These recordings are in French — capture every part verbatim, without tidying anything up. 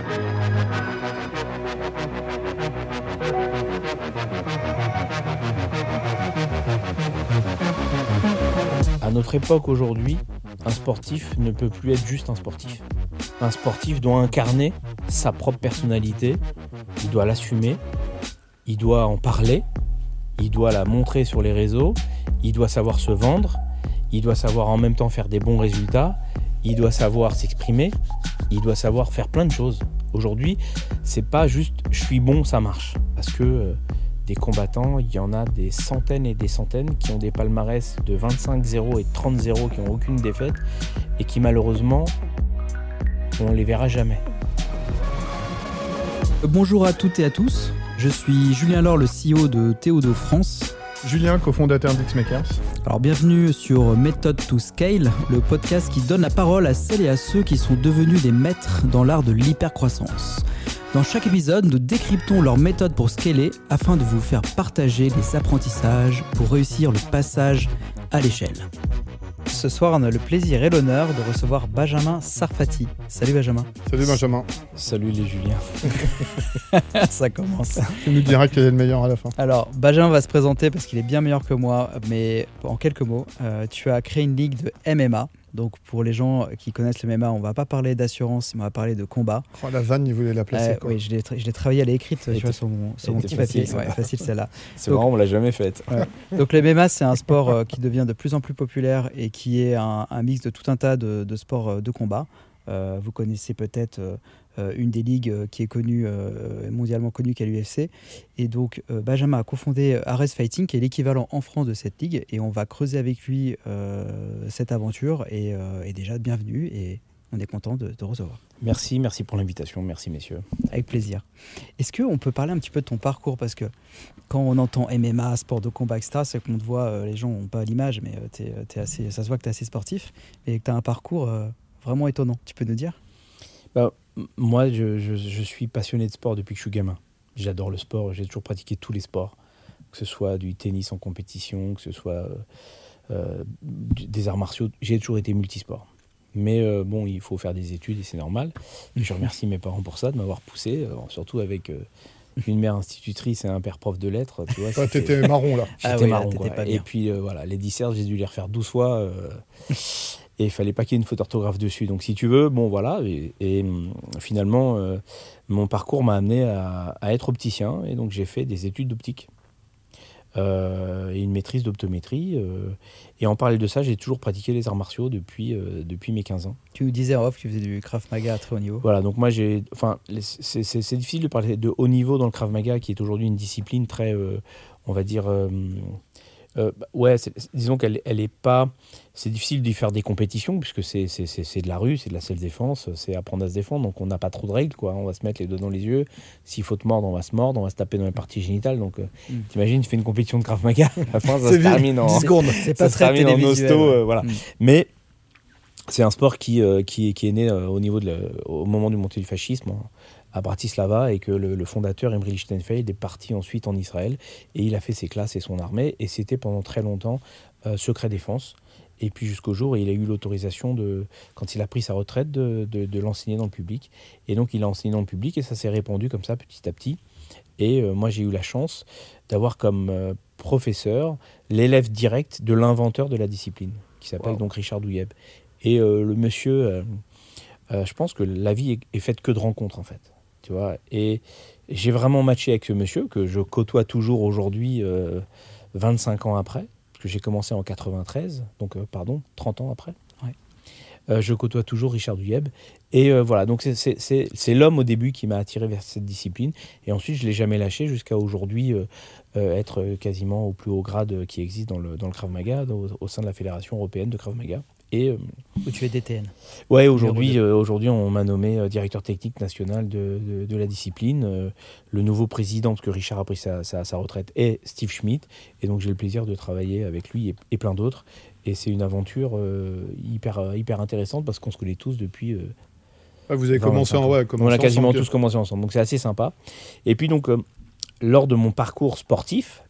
À notre époque aujourd'hui, un sportif ne peut plus être juste un sportif. Un sportif doit incarner sa propre personnalité, il doit l'assumer, il doit en parler, il doit la montrer sur les réseaux, il doit savoir se vendre, il doit savoir en même temps faire des bons résultats, il doit savoir s'exprimer, il doit savoir faire plein de choses. Aujourd'hui, c'est pas juste « je suis bon, ça marche ». Parce que euh, des combattants, il y en a des centaines et des centaines qui ont des palmarès de vingt-cinq zéro et trente zéro, qui n'ont aucune défaite et qui malheureusement, on ne les verra jamais. Bonjour à toutes et à tous, je suis Julien Laure, le C E O de Théodo France. Julien, cofondateur d'Xmakers. Alors bienvenue sur Method to Scale, le podcast qui donne la parole à celles et à ceux qui sont devenus des maîtres dans l'art de l'hypercroissance. Dans chaque épisode, nous décryptons leur méthode pour scaler afin de vous faire partager les apprentissages pour réussir le passage à l'échelle. Ce soir, on a le plaisir et l'honneur de recevoir Benjamin Sarfati. Salut Benjamin. Salut Benjamin. Salut les Juliens. Ça commence. Tu nous diras quel est le meilleur à la fin. Alors, Benjamin va se présenter parce qu'il est bien meilleur que moi, mais en quelques mots, euh, tu as créé une ligue de M M A. Donc pour les gens qui connaissent le M M A, on va pas parler d'assurance, mais on va parler de combat. Oh, la vanne, il voulait la placer. Euh, oui, je l'ai, tra- je l'ai travaillé à l'écrite tu vois, sur mon, sur mon petit facile, papier. Ouais, facile celle-là. C'est Donc, marrant, on l'a jamais faite. Ouais. Donc le M M A, c'est un sport euh, qui devient de plus en plus populaire et qui est un, un mix de tout un tas de, de sports euh, de combat. Euh, vous connaissez peut-être euh, euh, une des ligues euh, qui est connue, euh, mondialement connue, qui est l'U F C. Et donc euh, Benjamin a cofondé Ares Fighting, qui est l'équivalent en France de cette ligue. Et on va creuser avec lui euh, cette aventure. Et, euh, et déjà, bienvenue. Et on est content de te recevoir. Merci, merci pour l'invitation, merci messieurs. Avec plaisir. Est-ce qu'on peut parler un petit peu de ton parcours ? Parce que quand on entend M M A, sport de combat, et cetera, c'est qu'on te voit, euh, les gens n'ont pas l'image, mais euh, t'es, t'es assez, ça se voit que tu es assez sportif et que tu as un parcours euh, vraiment étonnant. Tu peux nous dire ? Bah, moi, je, je, je suis passionné de sport depuis que je suis gamin. J'adore le sport, j'ai toujours pratiqué tous les sports, que ce soit du tennis en compétition, que ce soit euh, euh, des arts martiaux. J'ai toujours été multisport. Mais euh, bon, il faut faire des études et c'est normal. Et je remercie mes parents pour ça, de m'avoir poussé, euh, surtout avec euh, une mère institutrice et un père prof de lettres. Tu vois, ouais, t'étais marron là. J'étais ah ouais, marron. là, Quoi. Pas et bien. puis euh, voilà, les disserts, j'ai dû les refaire douze fois. Euh, et il fallait pas qu'il y ait une faute d'orthographe dessus. Donc si tu veux, bon voilà. Et, et finalement, euh, mon parcours m'a amené à, à être opticien. Et donc j'ai fait des études d'optique. Euh, et une maîtrise d'optométrie. Euh, et en parallèle de ça, j'ai toujours pratiqué les arts martiaux depuis, euh, depuis mes quinze ans. Tu nous disais en off que tu faisais du Krav Maga à très haut niveau. Voilà, donc moi, j'ai, enfin, c'est, c'est, c'est difficile de parler de haut niveau dans le Krav Maga, qui est aujourd'hui une discipline très, euh, on va dire... Euh, euh, ouais, c'est, disons qu'elle elle est pas... C'est difficile d'y faire des compétitions, puisque c'est, c'est, c'est, c'est de la rue, c'est de la self-défense, c'est apprendre à se défendre, donc on n'a pas trop de règles, quoi. On va se mettre les doigts dans les yeux, s'il faut te mordre, on va se mordre, on va se taper dans les parties génitales, donc euh, mm. T'imagines, tu fais une compétition de Krav Maga, à la fin, ça se termine en... dix secondes, c'est pas ça très se termine en hosto, euh, voilà. Mm. Mais c'est un sport qui, euh, qui, qui est né euh, au, niveau de la, au moment du montée du fascisme, hein, à Bratislava, et que le, le fondateur, Imre Lichtenfeld, est parti ensuite en Israël, et il a fait ses classes et son armée, et c'était pendant très longtemps euh, secret défense. Et puis jusqu'au jour où il a eu l'autorisation, de, quand il a pris sa retraite, de, de, de l'enseigner dans le public. Et donc il a enseigné dans le public et ça s'est répandu comme ça petit à petit. Et euh, moi j'ai eu la chance d'avoir comme euh, professeur l'élève direct de l'inventeur de la discipline, qui s'appelle wow. donc Richard Douyeb. Et euh, le monsieur, euh, euh, je pense que la vie est, est faite que de rencontres en fait. Tu vois, et j'ai vraiment matché avec ce monsieur que je côtoie toujours aujourd'hui, euh, vingt-cinq ans après. Que j'ai commencé en quatre-vingt-treize, donc euh, pardon, trente ans après. Ouais. Euh, je côtoie toujours Richard Douyeb. Et euh, voilà, donc c'est, c'est, c'est, c'est l'homme au début qui m'a attiré vers cette discipline. Et ensuite, je ne l'ai jamais lâché jusqu'à aujourd'hui euh, euh, être quasiment au plus haut grade qui existe dans le, dans le Krav Maga, au, au sein de la Fédération européenne de Krav Maga. Et, euh, où tu es D T N. Ouais, aujourd'hui, euh, aujourd'hui, on m'a nommé euh, directeur technique national de, de, de la discipline. Euh, le nouveau président, parce que Richard a pris sa, sa, sa retraite, est Steve Schmidt. Et donc, j'ai le plaisir de travailler avec lui et, et plein d'autres. Et c'est une aventure euh, hyper, hyper intéressante parce qu'on se connaît tous depuis... Euh, ah, vous avez commencé en... Ouais, commencé on a quasiment ensemble. tous commencé ensemble. Donc, c'est assez sympa. Et puis, donc, euh, lors de mon parcours sportif,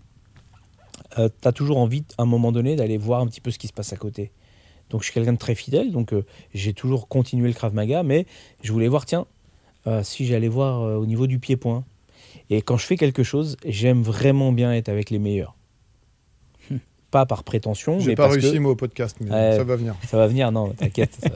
euh, tu as toujours envie, à un moment donné, d'aller voir un petit peu ce qui se passe à côté. Donc je suis quelqu'un de très fidèle, donc euh, j'ai toujours continué le Krav Maga, mais je voulais voir, tiens, euh, si j'allais voir euh, au niveau du pied-point. Et quand je fais quelque chose, j'aime vraiment bien être avec les meilleurs. Hum. Pas par prétention, J'ai mais pas parce réussi que... moi au podcast, mais euh, ça va venir. Ça va venir, non, t'inquiète. ça...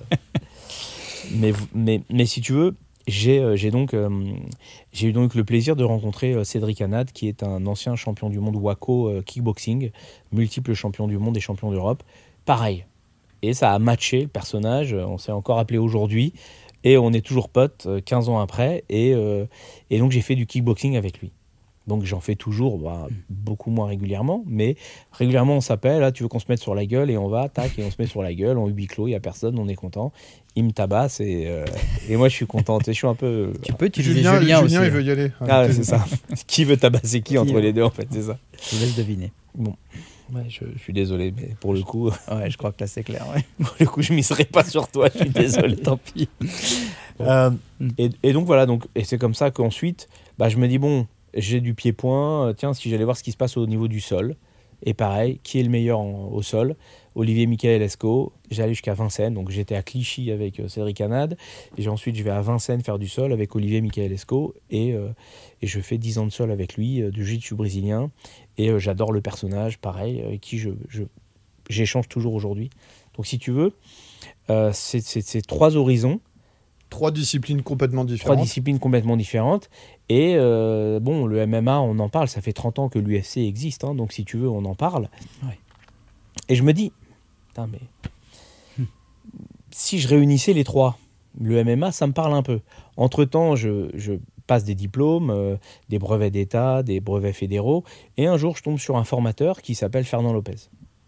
mais, mais, mais si tu veux, j'ai, euh, j'ai, donc, euh, j'ai eu donc le plaisir de rencontrer euh, Cédric Hanad, qui est un ancien champion du monde Waco euh, kickboxing, multiple champion du monde et champion d'Europe. Pareil. Et ça a matché le personnage, on s'est encore appelé aujourd'hui, et on est toujours potes euh, quinze ans après, et, euh, et donc j'ai fait du kickboxing avec lui. Donc j'en fais toujours, bah, beaucoup moins régulièrement, mais régulièrement on s'appelle, là tu veux qu'on se mette sur la gueule, et on va, tac, et on se met sur la gueule, on huis clos, il n'y a personne, on est content, il me tabasse, et, euh, et moi je suis content, je suis un peu... Tu peux utiliser Julien, Julien, Julien aussi. il veut y aller. Ah ouais, c'est ça. Qui veut tabasser qui, qui entre euh... les deux en fait, c'est ça. Je vous laisse deviner. Bon. Ouais, je, je suis désolé, mais pour le coup... Ouais, je crois que là c'est clair, ouais. Pour le coup, je ne miserai pas sur toi, je suis désolé. Tant pis. Euh, et, et donc voilà, donc, et c'est comme ça qu'ensuite, bah, je me dis, bon, j'ai du pied-point, euh, tiens, si j'allais voir ce qui se passe au niveau du sol, et pareil, qui est le meilleur en, au sol? Olivier Michael-Esco, j'allais jusqu'à Vincennes, donc j'étais à Clichy avec euh, Cédric Hanad, et ensuite je vais à Vincennes faire du sol avec Olivier Michael-Esco, et, euh, et je fais dix ans de sol avec lui, euh, du jiu-jitsu brésilien, et euh, j'adore le personnage, pareil, avec qui je, je, j'échange toujours aujourd'hui. Donc si tu veux, euh, c'est, c'est, c'est trois horizons, Trois disciplines complètement différentes. Trois disciplines complètement différentes. Et euh, bon, le M M A, on en parle. Ça fait trente ans que l'U F C existe. Hein, donc, si tu veux, on en parle. Ouais. Et je me dis, putain, mais hum. si je réunissais les trois, le M M A, ça me parle un peu. Entre-temps, je, je passe des diplômes, euh, des brevets d'État, des brevets fédéraux. Et un jour, je tombe sur un formateur qui s'appelle Fernand Lopez.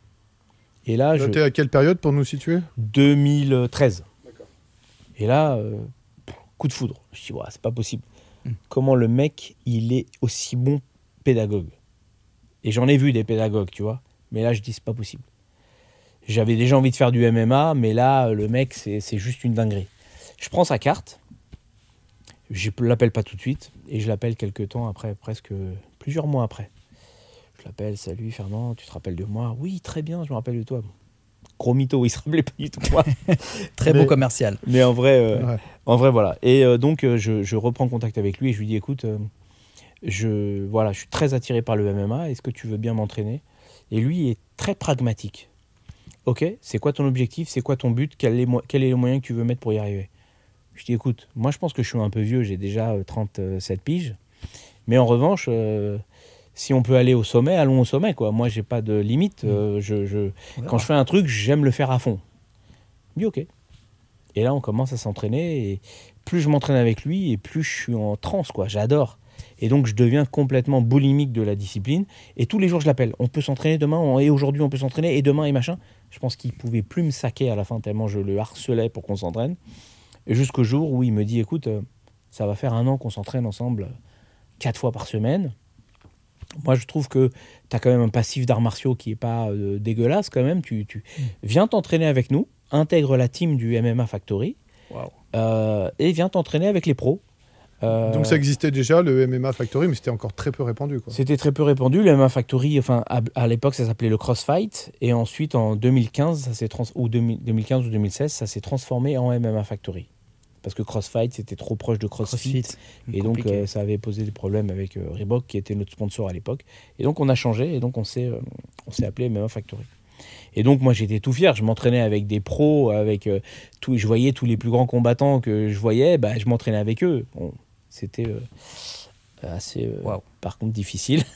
Et là, là je... T'es à quelle période pour nous situer ? deux mille treize. Et là, euh, coup de foudre. Je me dis, ouais, c'est pas possible. Mmh. Comment le mec, il est aussi bon pédagogue? Et j'en ai vu des pédagogues, tu vois. Mais là, je dis, c'est pas possible. J'avais déjà envie de faire du M M A, mais là, le mec, c'est, c'est juste une dinguerie. Je prends sa carte. Je l'appelle pas tout de suite. Et je l'appelle quelques temps après, presque plusieurs mois après. Je l'appelle, salut Fernand, tu te rappelles de moi? Oui, très bien, je me rappelle de toi. Gros mytho, il se rappelait pas du tout moi. Très mais, beau commercial. Mais en vrai, euh, ouais. en vrai voilà. Et euh, donc, euh, je, je reprends contact avec lui et je lui dis, écoute, euh, je, voilà, je suis très attiré par le M M A, est-ce que tu veux bien m'entraîner? Et lui est très pragmatique. Ok, c'est quoi ton objectif? C'est quoi ton but? Quel est, quel est le moyen que tu veux mettre pour y arriver? Je dis, écoute, moi je pense que je suis un peu vieux, j'ai déjà trente-sept piges. Mais en revanche... Euh, si on peut aller au sommet, allons au sommet, quoi. Moi, j'ai pas de limite. Euh, je, je, quand je fais un truc, j'aime le faire à fond. Il dit OK. Et là, on commence à s'entraîner. Et plus je m'entraîne avec lui, et plus je suis en transe, quoi. J'adore. Et donc, je deviens complètement boulimique de la discipline. Et tous les jours, je l'appelle. On peut s'entraîner demain, et aujourd'hui, on peut s'entraîner, et demain, et machin. Je pense qu'il pouvait plus me saquer à la fin, tellement je le harcelais pour qu'on s'entraîne. Et jusqu'au jour où il me dit, écoute, ça va faire un an qu'on s'entraîne ensemble quatre fois par semaine. Moi, je trouve que tu as quand même un passif d'arts martiaux qui n'est pas euh, dégueulasse quand même. Tu, tu mmh. viens t'entraîner avec nous, intègre la team du M M A Factory wow. euh, et viens t'entraîner avec les pros. Euh, Donc ça existait déjà, le M M A Factory, mais c'était encore très peu répandu, quoi. C'était très peu répandu. Le M M A Factory, enfin, à, à l'époque, ça s'appelait le CrossFight. Et ensuite, en deux mille quinze, ça s'est trans- ou deux mille quinze ou deux mille seize, ça s'est transformé en M M A Factory. Parce que CrossFight, c'était trop proche de CrossFit. CrossFit et donc, euh, ça avait posé des problèmes avec euh, Reebok, qui était notre sponsor à l'époque. Et donc, on a changé. Et donc, on s'est, euh, on s'est appelé M M A Factory. Et donc, moi, j'étais tout fier. Je m'entraînais avec des pros. Avec, euh, tout, je voyais tous les plus grands combattants que je voyais. Bah, je m'entraînais avec eux. Bon, c'était euh, assez, euh, wow. par contre, difficile.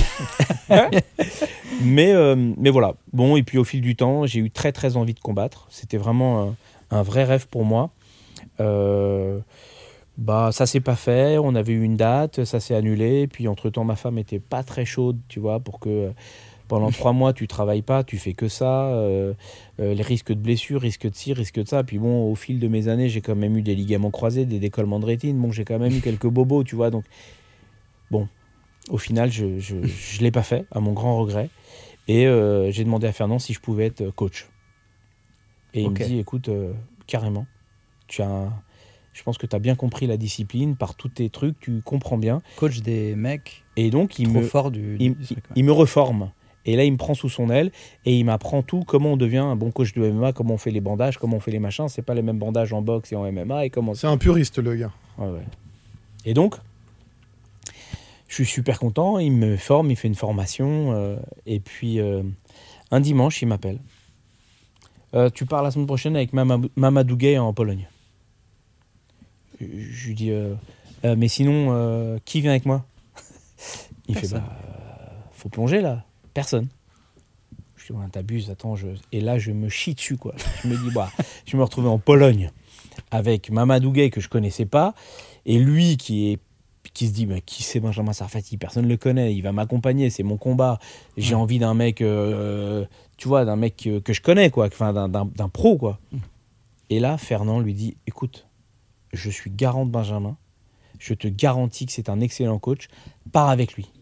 mais, euh, mais voilà. Bon, et puis, au fil du temps, j'ai eu très, très envie de combattre. C'était vraiment un, un vrai rêve pour moi. Euh, bah ça s'est pas fait, on avait eu une date, ça s'est annulé, puis entre temps ma femme était pas très chaude, tu vois, pour que pendant trois mois tu travailles pas, tu fais que ça, euh, euh, les risques de blessures, risques de ci, risques de ça, puis bon au fil de mes années j'ai quand même eu des ligaments croisés, des décollements de rétine, bon j'ai quand même eu quelques bobos, tu vois, donc bon au final je, je, je l'ai pas fait à mon grand regret, et euh, j'ai demandé à Fernand si je pouvais être coach, et il okay. me dit écoute euh, carrément. Tu as, je pense que tu as bien compris la discipline par tous tes trucs, tu comprends bien. Coach des mecs et donc, il trop me, fort du, il, du truc, ouais. il me reforme. Et là, il me prend sous son aile et il m'apprend tout, comment on devient un bon coach de M M A, comment on fait les bandages, comment on fait les machins. C'est pas les mêmes bandages en boxe et en M M A. Et comment... C'est un puriste, le gars. ouais, ouais. Et donc, je suis super content. Il me forme, il fait une formation. Euh, et puis, euh, un dimanche, il m'appelle. Euh, tu pars la semaine prochaine avec Mama- Mamadou Gueye en Pologne. Je, je lui dis, euh, euh, mais sinon, euh, qui vient avec moi? Il Personne. fait, bah, euh, faut plonger là. Personne. Je dis, ouais, t'abuses, attends. Je... Et là, je me chie dessus, quoi. Je me dis, bah, je me retrouvais en Pologne avec Mamadou Gueye que je connaissais pas. Et lui qui est qui se dit mais qui c'est Benjamin Sarfati, personne ne le connaît, il va m'accompagner, c'est mon combat, j'ai Ouais. envie d'un mec euh, tu vois, d'un mec que, que je connais quoi, enfin d'un, d'un, d'un pro quoi. Mm. Et là Fernand lui dit écoute, je suis garant de Benjamin, je te garantis que c'est un excellent coach, pars avec lui.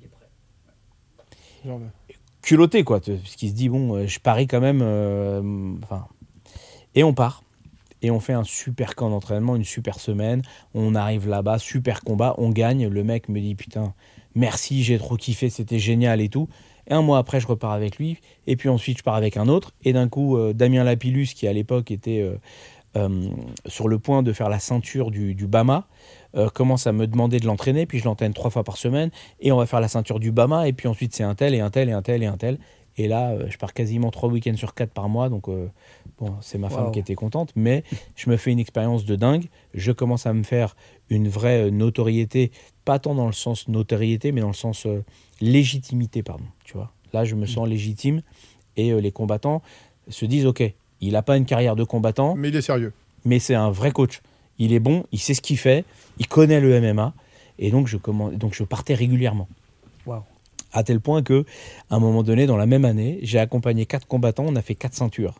Genre de- Culotté quoi, parce qu'il se dit bon euh, je parie quand même euh, enfin et on part. Et on fait un super camp d'entraînement, une super semaine. On arrive là-bas, super combat, on gagne. Le mec me dit putain, merci, j'ai trop kiffé, c'était génial et tout. Et un mois après, je repars avec lui. Et puis ensuite, je pars avec un autre. Et d'un coup, euh, Damien Lapillus, qui à l'époque était euh, euh, sur le point de faire la ceinture du, du Bama, euh, commence à me demander de l'entraîner. Puis je l'entraîne trois fois par semaine. Et on va faire la ceinture du Bama. Et puis ensuite, c'est un tel et un tel et un tel et un tel. Et là, euh, je pars quasiment trois week-ends sur quatre par mois. Donc, euh, bon, c'est ma femme Wow. qui était contente. Mais je me fais une expérience de dingue. Je commence à me faire une vraie euh, notoriété. Pas tant dans le sens notoriété, mais dans le sens euh, légitimité, pardon. Tu vois. Là, je me sens légitime. Et euh, les combattants se disent, OK, il n'a pas une carrière de combattant, Mais il est sérieux. mais c'est un vrai coach. Il est bon, il sait ce qu'il fait, il connaît le M M A. Et donc, je, commande, donc, je partais régulièrement. Waouh. À tel point que, à un moment donné, dans la même année, j'ai accompagné quatre combattants, on a fait quatre ceintures.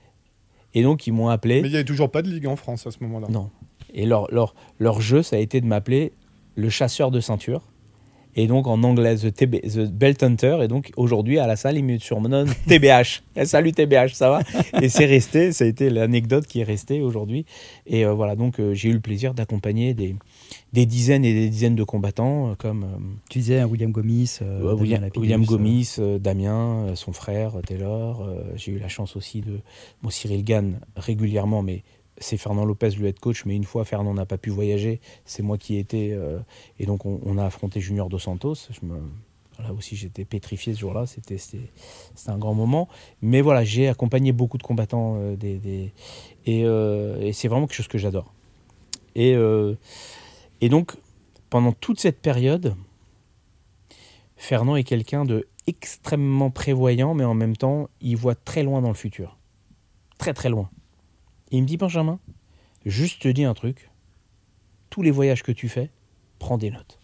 Et donc, ils m'ont appelé. Mais il n'y avait toujours pas de ligue en France à ce moment-là. Non. Et leur, leur, leur jeu, ça a été de m'appeler le chasseur de ceinture. Et donc, en anglais, The, T B, The Belt Hunter. Et donc, aujourd'hui, à la salle, ils me surnomment T B H. Eh, salut T B H, ça va? Et c'est resté, ça a été l'anecdote qui est restée aujourd'hui. Et euh, voilà, donc, euh, j'ai eu le plaisir d'accompagner des, des dizaines et des dizaines de combattants, euh, comme euh, Tu disais hein, William Gomis, euh, Ouais, Damien William, Lapillus, William euh, Gomis, euh, Damien, euh, son frère, euh, Taylor. euh, j'ai eu la chance aussi de... Bon, Cyril Gann, régulièrement, mais c'est Fernand Lopez, le head coach. Mais une fois, Fernand n'a pas pu voyager. C'est moi qui étais... Euh, et donc, on, on a affronté Junior Dos Santos. Je me, là aussi, j'étais pétrifié ce jour-là. C'était, c'était, c'était un grand moment. Mais voilà, j'ai accompagné beaucoup de combattants. Euh, des, des, et, euh, et c'est vraiment quelque chose que j'adore. Et, euh, et donc, pendant toute cette période... Fernand est quelqu'un de extrêmement prévoyant, mais en même temps, il voit très loin dans le futur. Très très loin. Et il me dit, Benjamin, juste te dis un truc, tous les voyages que tu fais, prends des notes.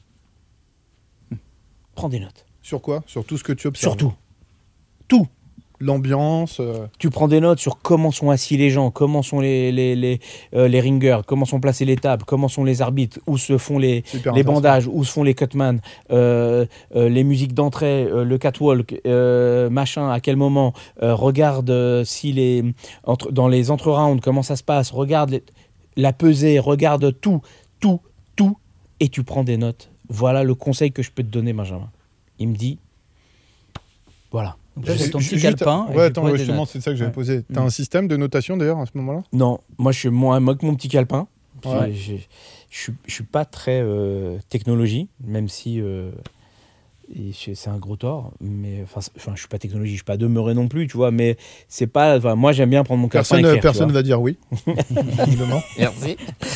Prends des notes. Sur quoi? Sur tout ce que tu observes. Sur tout. Tout. L'ambiance. euh, Tu prends des notes sur comment sont assis les gens, comment sont les, les, les, euh, les ringers, comment sont placées les tables, comment sont les arbitres, où se font les, c'est hyper les intéressant. bandages, où se font les cutman, euh, euh, les musiques d'entrée, euh, le catwalk, euh, machin, à quel moment, euh, regarde euh, si les, entre, dans les entre-rounds, comment ça se passe, regarde les- la pesée, regarde tout, tout, tout, et tu prends des notes. Voilà le conseil que je peux te donner, Benjamin. Il me dit, voilà. Donc là, Ju- j'ai ton ju- petit juste- calepin. et Ouais, tu attends, prends ouais, des justement, notes. c'est ça que j'avais Ouais. posé. T'as Mm. un système de notation d'ailleurs à ce moment-là? Non, moi je suis moins moi que mon petit calepin. Ouais. J'ai- j'ai- Je suis, je suis pas très euh, technologie, même si euh, et c'est c'est un gros tort. Mais enfin, c'est- enfin, je suis pas technologie, je suis pas demeuré non plus, tu vois. Mais c'est pas. Enfin, moi, j'aime bien prendre mon calepin. Personne, et écrire, tu personne vois. va dire oui. Visiblement. Merci.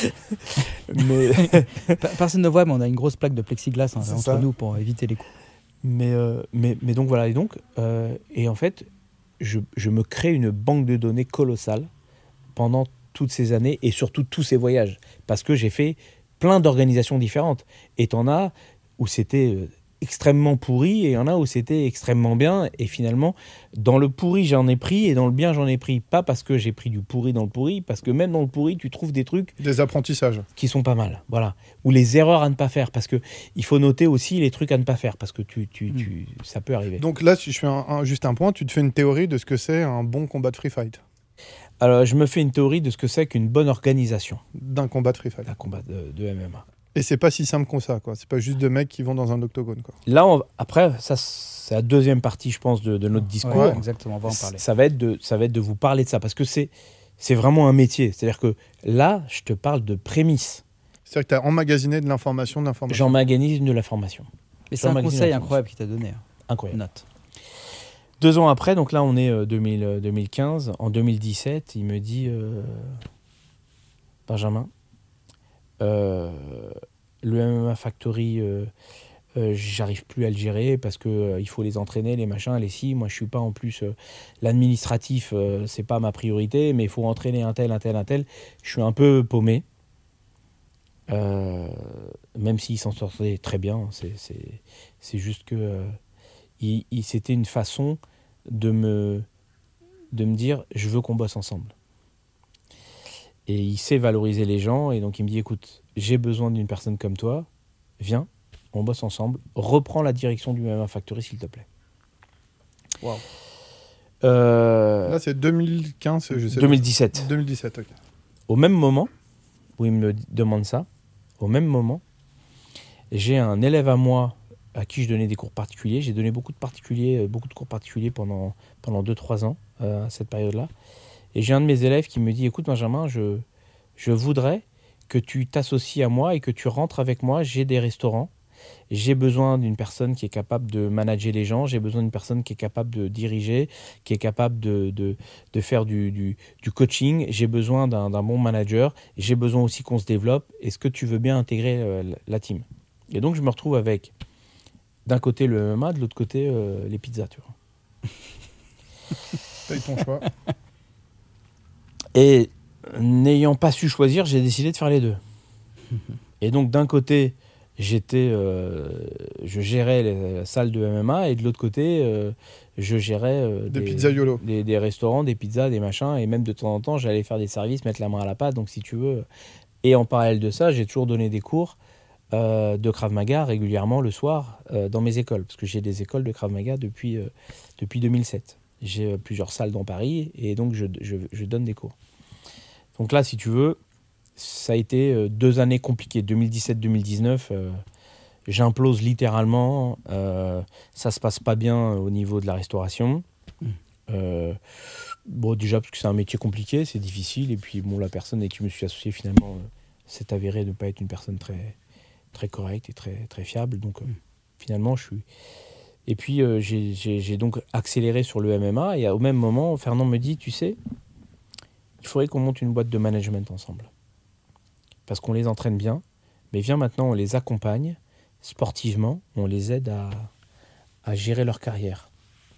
mais Pe- Personne ne voit, mais on a une grosse plaque de plexiglas hein, C'est entre ça. nous pour éviter les coups. mais, euh, mais mais donc voilà. Et donc euh, et en fait, je, je me crée une banque de données colossale pendant toutes ces années et surtout tous ces voyages. Parce que j'ai fait plein d'organisations différentes. Et t'en as où c'était euh, extrêmement pourri et il y en a où c'était extrêmement bien. Et finalement, dans le pourri, j'en ai pris et dans le bien, j'en ai pris. Pas parce que j'ai pris du pourri dans le pourri, parce que même dans le pourri, tu trouves des trucs Des apprentissages. qui sont pas mal. Voilà. Ou les erreurs à ne pas faire. Parce que il faut noter aussi les trucs à ne pas faire. Parce que tu, tu, tu, ça peut arriver. Donc là, si je fais un- un- juste un point, tu te fais une théorie de ce que c'est un bon combat de free fight. Alors, je me fais une théorie de ce que c'est qu'une bonne organisation D'un combat de free fight. d'un combat de, de M M A. Et c'est pas si simple que ça, quoi. C'est pas juste deux mecs qui vont dans un octogone, quoi. Là, on- après, ça, c'est la deuxième partie, je pense, de, de notre discours. Ouais, exactement, on va en parler. Ça va être de, ça va être de vous parler de ça, parce que c'est, c'est vraiment un métier. C'est-à-dire que là, je te parle de prémices. C'est-à-dire que tu as emmagasiné de l'information, de l'information. J'emmagasine de l'information. Et c'est un J'emmagasine conseil l'information. incroyable qu'il t'a donné. hein. Incroyable. Note. Deux ans après, donc là on est euh, deux mille, euh, deux mille quinze, en deux mille dix-sept, il me dit euh, Benjamin, euh, le M M A Factory, euh, euh, j'arrive plus à le gérer parce que euh, il faut les entraîner, les machins, les si. Moi je suis pas en plus euh, l'administratif, euh, c'est pas ma priorité, mais il faut entraîner un tel, un tel, un tel. Je suis un peu paumé. Euh, même s'il s'en sortait très bien, c'est, c'est, c'est juste que euh, il, il, c'était une façon de me, de me dire je veux qu'on bosse ensemble. Et il sait valoriser les gens, et donc il me dit écoute, j'ai besoin d'une personne comme toi, viens, on bosse ensemble, reprends la direction du M M A Factory s'il te plaît. Wow. Euh, Là, c'est deux mille quinze, je sais deux mille dix-sept. deux mille dix-sept, ok. Au même moment où il me demande ça, au même moment, j'ai un élève à moi à qui je donnais des cours particuliers. J'ai donné beaucoup de particuliers, beaucoup de cours particuliers pendant, pendant deux trois ans, euh, à cette période-là. Et j'ai un de mes élèves qui me dit, écoute Benjamin, je, je voudrais que tu t'associes à moi et que tu rentres avec moi. J'ai des restaurants. J'ai besoin d'une personne qui est capable de manager les gens. J'ai besoin d'une personne qui est capable de diriger, qui est capable de, de, de faire du, du, du coaching. J'ai besoin d'un, d'un bon manager. J'ai besoin aussi qu'on se développe. Est-ce que tu veux bien intégrer euh, la team ? Et donc, je me retrouve avec, d'un côté, le M M A, de l'autre côté, euh, les pizzas. Tu vois. T'as eu ton choix. Et n'ayant pas su choisir, j'ai décidé de faire les deux. Et donc, d'un côté, j'étais, euh, je gérais les salles de M M A, et de l'autre côté, euh, je gérais euh, Des pizzaiolo. des, des restaurants, des pizzas, des machins, et même de temps en temps, j'allais faire des services, mettre la main à la pâte, donc si tu veux. Et en parallèle de ça, j'ai toujours donné des cours euh, de Krav Maga régulièrement le soir euh, dans mes écoles, parce que j'ai des écoles de Krav Maga depuis, euh, depuis deux mille sept. J'ai euh, plusieurs salles dans Paris, et donc je, je, je donne des cours. Donc là, si tu veux, ça a été euh, deux années compliquées. deux mille dix-sept deux mille dix-neuf, euh, j'implose littéralement. Euh, ça se passe pas bien au niveau de la restauration. Mmh. Euh, bon, déjà parce que c'est un métier compliqué, c'est difficile. Et puis, bon, la personne avec qui je me suis associé, finalement, euh, s'est avérée ne pas être une personne très, très correcte et très, très fiable. Donc, euh, mmh. finalement, je suis... Et puis, euh, j'ai, j'ai, j'ai donc accéléré sur le M M A. Et au même moment, Fernand me dit, tu sais, il faudrait qu'on monte une boîte de management ensemble. Parce qu'on les entraîne bien, mais viens maintenant, on les accompagne sportivement, on les aide à, à gérer leur carrière.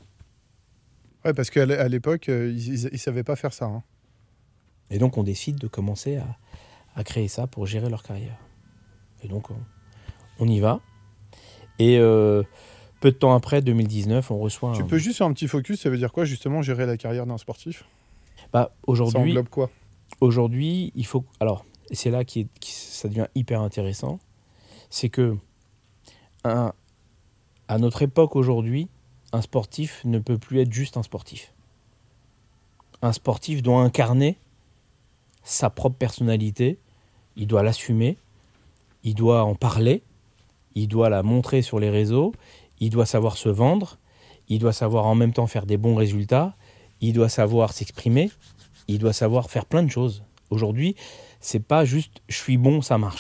Ouais, parce qu'à l'époque, euh, ils ne savaient pas faire ça. Hein. Et donc, on décide de commencer à, à créer ça pour gérer leur carrière. Et donc, on, on y va. Et euh, peu de temps après, deux mille dix-neuf, on reçoit Tu un... peux juste faire un petit focus, ça veut dire quoi, justement, gérer la carrière d'un sportif ? Bah, aujourd'hui, ça englobe quoi ? Aujourd'hui, il faut... Alors, c'est là que ça devient hyper intéressant. C'est que, un, à notre époque aujourd'hui, un sportif ne peut plus être juste un sportif. Un sportif doit incarner sa propre personnalité, il doit l'assumer, il doit en parler, il doit la montrer sur les réseaux, il doit savoir se vendre, il doit savoir en même temps faire des bons résultats, il doit savoir s'exprimer, il doit savoir faire plein de choses. Aujourd'hui, c'est pas juste « je suis bon, ça marche ».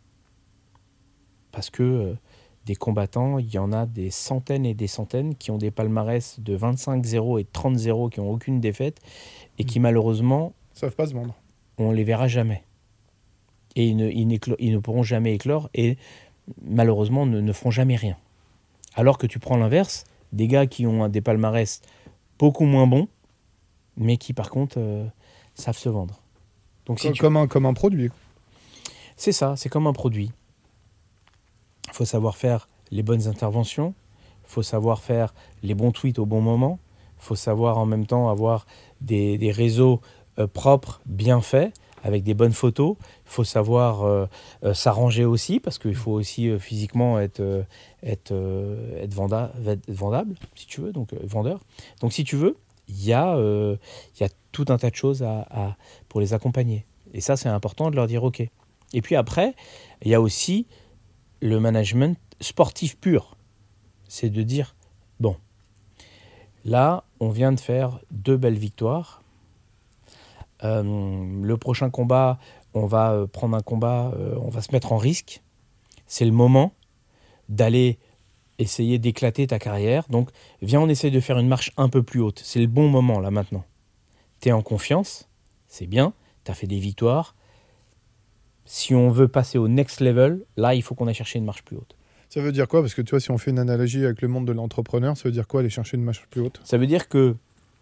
Parce que euh, des combattants, il y en a des centaines et des centaines qui ont des palmarès de vingt-cinq zéro et trente zéro, qui n'ont aucune défaite, et qui malheureusement... savent pas se vendre. On ne les verra jamais. Et ils ne, ils, ils ne pourront jamais éclore, et malheureusement ne, ne feront jamais rien. Alors que tu prends l'inverse, des gars qui ont des palmarès beaucoup moins bons, mais qui par contre euh, savent se vendre. Donc, si comme, tu... comme, un, comme un produit. C'est ça, c'est comme un produit. Il faut savoir faire les bonnes interventions, il faut savoir faire les bons tweets au bon moment, il faut savoir en même temps avoir des, des réseaux euh, propres, bien faits, avec des bonnes photos. Il faut savoir euh, euh, s'arranger aussi, parce qu'il faut aussi euh, physiquement être, euh, être, euh, être, venda- être vendable, si tu veux, donc euh, vendeur. Donc si tu veux, il y, euh, y a tout un tas de choses à, à, pour les accompagner. Et ça, c'est important de leur dire OK. Et puis après, il y a aussi le management sportif pur. C'est de dire, bon, là, on vient de faire deux belles victoires. Euh, le prochain combat, on va euh, prendre un combat, euh, on va se mettre en risque. C'est le moment d'aller essayer d'éclater ta carrière. Donc, viens, on essaye de faire une marche un peu plus haute. C'est le bon moment, là, maintenant. Tu es en confiance, c'est bien, tu as fait des victoires. Si on veut passer au next level, là, il faut qu'on aille chercher une marche plus haute. Ça veut dire quoi? Parce que tu vois, si on fait une analogie avec le monde de l'entrepreneur, ça veut dire quoi aller chercher une marche plus haute? Ça veut dire que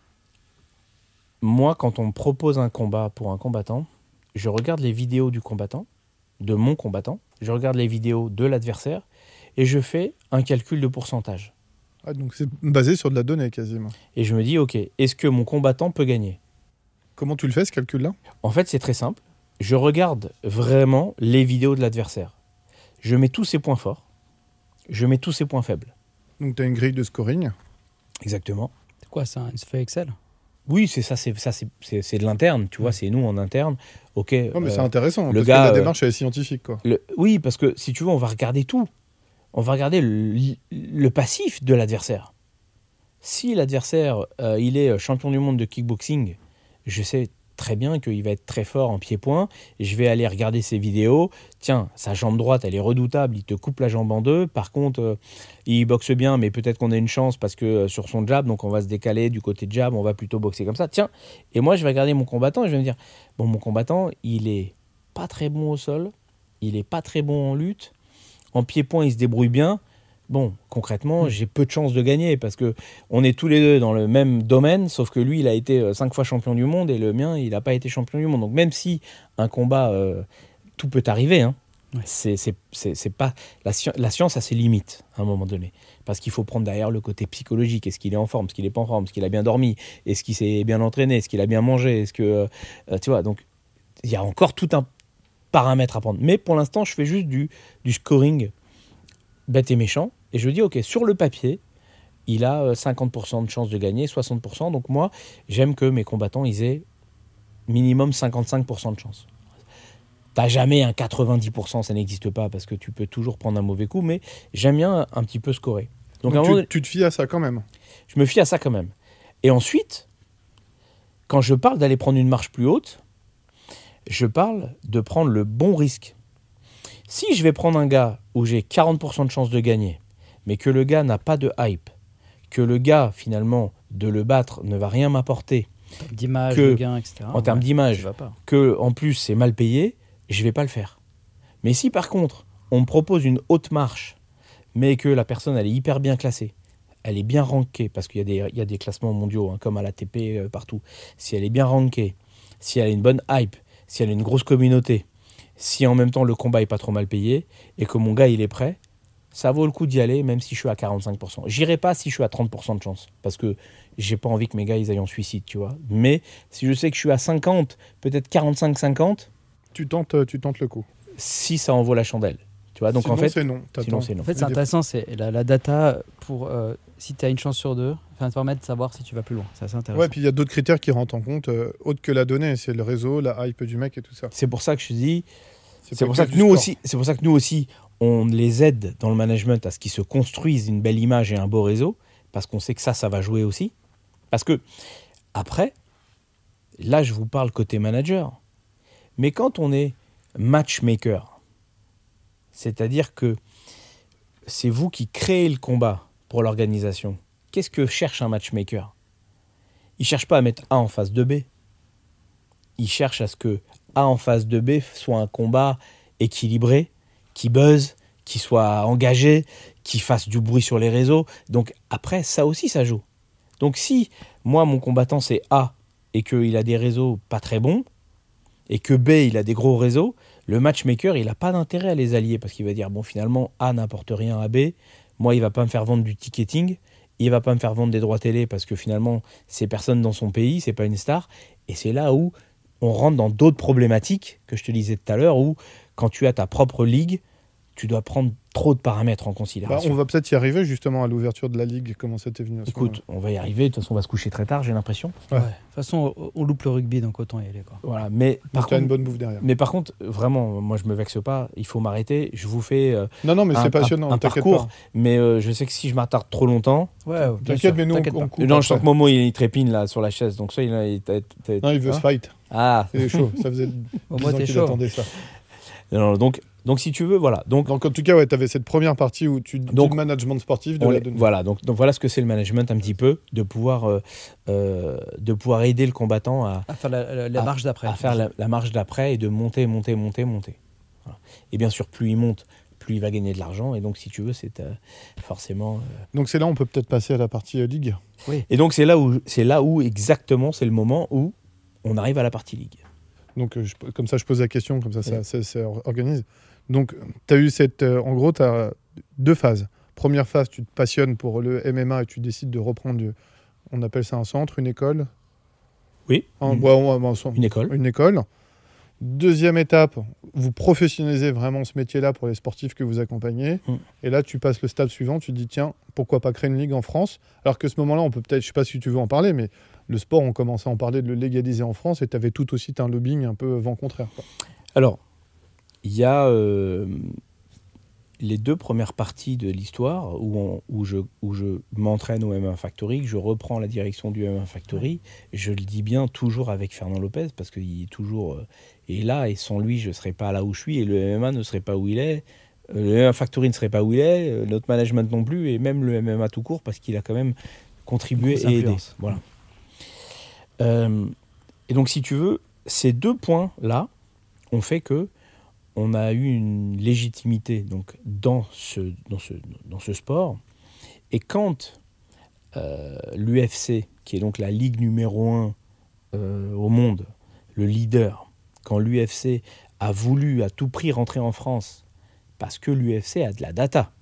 moi, quand on me propose un combat pour un combattant, je regarde les vidéos du combattant, de mon combattant, je regarde les vidéos de l'adversaire et je fais un calcul de pourcentage. Ah, donc c'est basé sur de la donnée quasiment. Et je me dis, ok, est-ce que mon combattant peut gagner? Comment tu le fais ce calcul-là? En fait, c'est très simple. Je regarde vraiment les vidéos de l'adversaire. Je mets tous ses points forts, je mets tous ses points faibles. Donc tu as une grille de scoring. Exactement. C'est quoi ça, une feuille Excel? Oui, c'est ça, c'est ça, c'est, c'est, c'est de l'interne, tu vois, c'est nous en interne. Ok. Non, mais euh, c'est intéressant, le parce gars, que la euh, démarche elle est scientifique, quoi. le- oui, parce que si tu veux, on va regarder tout. On va regarder le, le passif de l'adversaire. Si l'adversaire, euh, il est champion du monde de kickboxing, je sais très bien qu'il va être très fort en pied-point. Je vais aller regarder ses vidéos. Tiens, sa jambe droite, elle est redoutable. Il te coupe la jambe en deux. Par contre, euh, il boxe bien, mais peut-être qu'on a une chance parce que euh, sur son jab, donc on va se décaler du côté de jab, on va plutôt boxer comme ça. Tiens, et moi, je vais regarder mon combattant et je vais me dire, bon, mon combattant, il est pas très bon au sol. Il est pas très bon en lutte. En pied-point, il se débrouille bien. Bon, concrètement, j'ai peu de chances de gagner parce que on est tous les deux dans le même domaine, sauf que lui, il a été euh, cinq fois champion du monde et le mien, il n'a pas été champion du monde. Donc même si un combat, euh, tout peut arriver, hein, Ouais. c'est, c'est, c'est, c'est pas la, sci- la science a ses limites à un moment donné, parce qu'il faut prendre derrière le côté psychologique. Est-ce qu'il est en forme, est-ce qu'il n'est pas en forme, est-ce qu'il a bien dormi, est-ce qu'il s'est bien entraîné, est-ce qu'il a bien mangé, est-ce que euh, tu vois. Donc il y a encore tout un paramètre à prendre. Mais pour l'instant, je fais juste du, du scoring bête et méchant. Et je dis, ok, sur le papier, il a euh, cinquante pour cent de chances de gagner, soixante pour cent. Donc moi, j'aime que mes combattants, ils aient minimum cinquante-cinq pour cent de chance. T'as jamais un quatre-vingt-dix pour cent, ça n'existe pas, parce que tu peux toujours prendre un mauvais coup, mais j'aime bien un petit peu scorer. Donc, Donc, à un tu, moment donné, tu te fies à ça quand même. je me fie à ça quand même. Et ensuite, quand je parle d'aller prendre une marche plus haute, je parle de prendre le bon risque. Si je vais prendre un gars où j'ai quarante pour cent de chance de gagner, mais que le gars n'a pas de hype, que le gars, finalement, de le battre ne va rien m'apporter, D'image, Que- de gain, et cetera. en termes Ouais, d'image, tu vas pas. que en plus c'est mal payé, je vais pas le faire. Mais si par contre, on me propose une haute marche, mais que la personne elle est hyper bien classée, elle est bien rankée, parce qu'il y a des, il y a des classements mondiaux, hein, comme à l'A T P euh, partout, si elle est bien rankée, si elle a une bonne hype, si elle a une grosse communauté, si en même temps le combat est pas trop mal payé, et que mon gars il est prêt, ça vaut le coup d'y aller, même si je suis à quarante-cinq pour cent. J'irai pas si je suis à trente pour cent de chance, parce que j'ai pas envie que mes gars ils aillent en suicide, tu vois. Mais si je sais que je suis à cinquante, peut-être quarante-cinq cinquante, Tu tentes, tu tentes le coup. si ça en vaut la chandelle. Tu vois, donc sinon, en fait, c'est non. T'attends. sinon c'est non. En fait, c'est intéressant, c'est la, la data pour euh, si tu as une chance sur deux, enfin, te permettre de savoir si tu vas plus loin. C'est assez intéressant. Ouais, puis il y a d'autres critères qui rentrent en compte, euh, autres que la donnée. C'est le réseau, la hype du mec et tout ça. C'est pour ça que je te dis, c'est pas pour ça que du nous sport. aussi, c'est pour ça que nous aussi, on les aide dans le management à ce qu'ils se construisent une belle image et un beau réseau, parce qu'on sait que ça, ça va jouer aussi. Parce que après, là, je vous parle côté manager, mais quand on est matchmaker, c'est-à-dire que c'est vous qui créez le combat pour l'organisation. Qu'est-ce que cherche un matchmaker? Il cherche pas à mettre A en face de B. Il cherche à ce que A en face de B soit un combat équilibré, qui buzz, qui soit engagé, qui fasse du bruit sur les réseaux. Donc après, ça aussi, ça joue. Donc si moi, mon combattant, c'est A et qu'il a des réseaux pas très bons, et que B, il a des gros réseaux, le matchmaker, il n'a pas d'intérêt à les allier, parce qu'il va dire, bon, finalement, A n'apporte rien à B, moi, il va pas me faire vendre du ticketing, il va pas me faire vendre des droits télé, parce que finalement, c'est personne dans son pays, c'est pas une star, et c'est là où on rentre dans d'autres problématiques, que je te disais tout à l'heure, où quand tu as ta propre ligue, tu dois prendre trop de paramètres en Bah, considération. on va peut-être y arriver justement à l'ouverture de la Ligue, comment ça t'est venu à ce Écoute, on va y arriver. De toute façon, on va se coucher très tard, j'ai l'impression. Ouais. Ouais. De toute façon, on, on loupe le rugby, donc autant y aller. Quoi. Voilà. Mais moment-là. par Tu as contre, une bonne bouffe derrière. mais par contre, vraiment, moi, je me vexe pas. Il faut m'arrêter. Je vous fais euh, Non, non, mais un, c'est passionnant, un- un t'inquiète parcours. pas. Mais euh, je sais que si je m'attarde trop longtemps, Ouais, bien T'inquiète, sûr, mais nous, on, t'inquiète on pas. coupe non, je sens après. que Momo il, il trépine là sur la chaise. Donc ça, il, il t'as- t'as- Non, il veut hein se fight. Ah. Il est chaud. Ça faisait Au dix moins, ans t'es qu'il chaud. attendait ça. Non, donc, donc si tu veux, voilà. Donc, Donc, en tout cas, ouais, tu avais cette première partie où tu dis Donc, le management sportif de on la les- donnée. voilà. Donc, donc voilà ce que c'est le management un petit peu, de pouvoir, euh, euh, de pouvoir aider le combattant à, À faire la, la- la à- marche d'après. à faire la, la marche d'après et de monter, monter, monter, monter. Voilà. Et bien sûr, plus il monte, plus il va gagner de l'argent. Et donc, si tu veux, c'est euh, forcément. euh, Donc, c'est là on peut peut-être passer à la partie euh, Ligue. Et donc, c'est là où, c'est là où exactement, c'est le moment où on arrive à la partie ligue. Donc, euh, je- comme ça, je pose la question, comme ça, ça, Oui. ça, ça organise. Donc, tu as eu cette. euh, en gros, tu as deux phases. Première phase, tu te passionnes pour le M M A et tu décides de reprendre, du- on appelle ça un centre, une école. Oui. Un, Une- ouais, ouais, ouais, un centre. Une école. Une école. Deuxième étape, vous professionnalisez vraiment ce métier-là pour les sportifs que vous accompagnez. Mm. Et là, tu passes le stade suivant, tu te dis, tiens, pourquoi pas créer une ligue en France? Alors que ce moment-là, on peut peut-être, je sais pas si tu veux en parler, mais le sport, on commençait à en parler, de le légaliser en France, et tu avais tout aussi un lobbying un peu vent contraire, quoi. Alors, il y a euh, les deux premières parties de l'histoire où, on- où je, où je m'entraîne au M M A Factory, que je reprends la direction du M M A Factory. Je le dis bien toujours avec Fernand Lopez parce qu'il est toujours euh, est là et sans lui, je ne serais pas là où je suis et le M M A ne serait pas où il est. Euh, le M M A Factory ne serait pas où il est, euh, notre management non plus et même le M M A tout court parce qu'il a quand même contribué Grosse et aidé. influence. Voilà. Euh, et donc, si tu veux, ces deux points-là ont fait que on a eu une légitimité donc, dans, ce, dans, ce, dans ce sport. Et quand euh, l'U F C, qui est donc la ligue numéro un euh, au monde, le leader, quand l'U F C a voulu à tout prix rentrer en France, parce que l'U F C a de la data,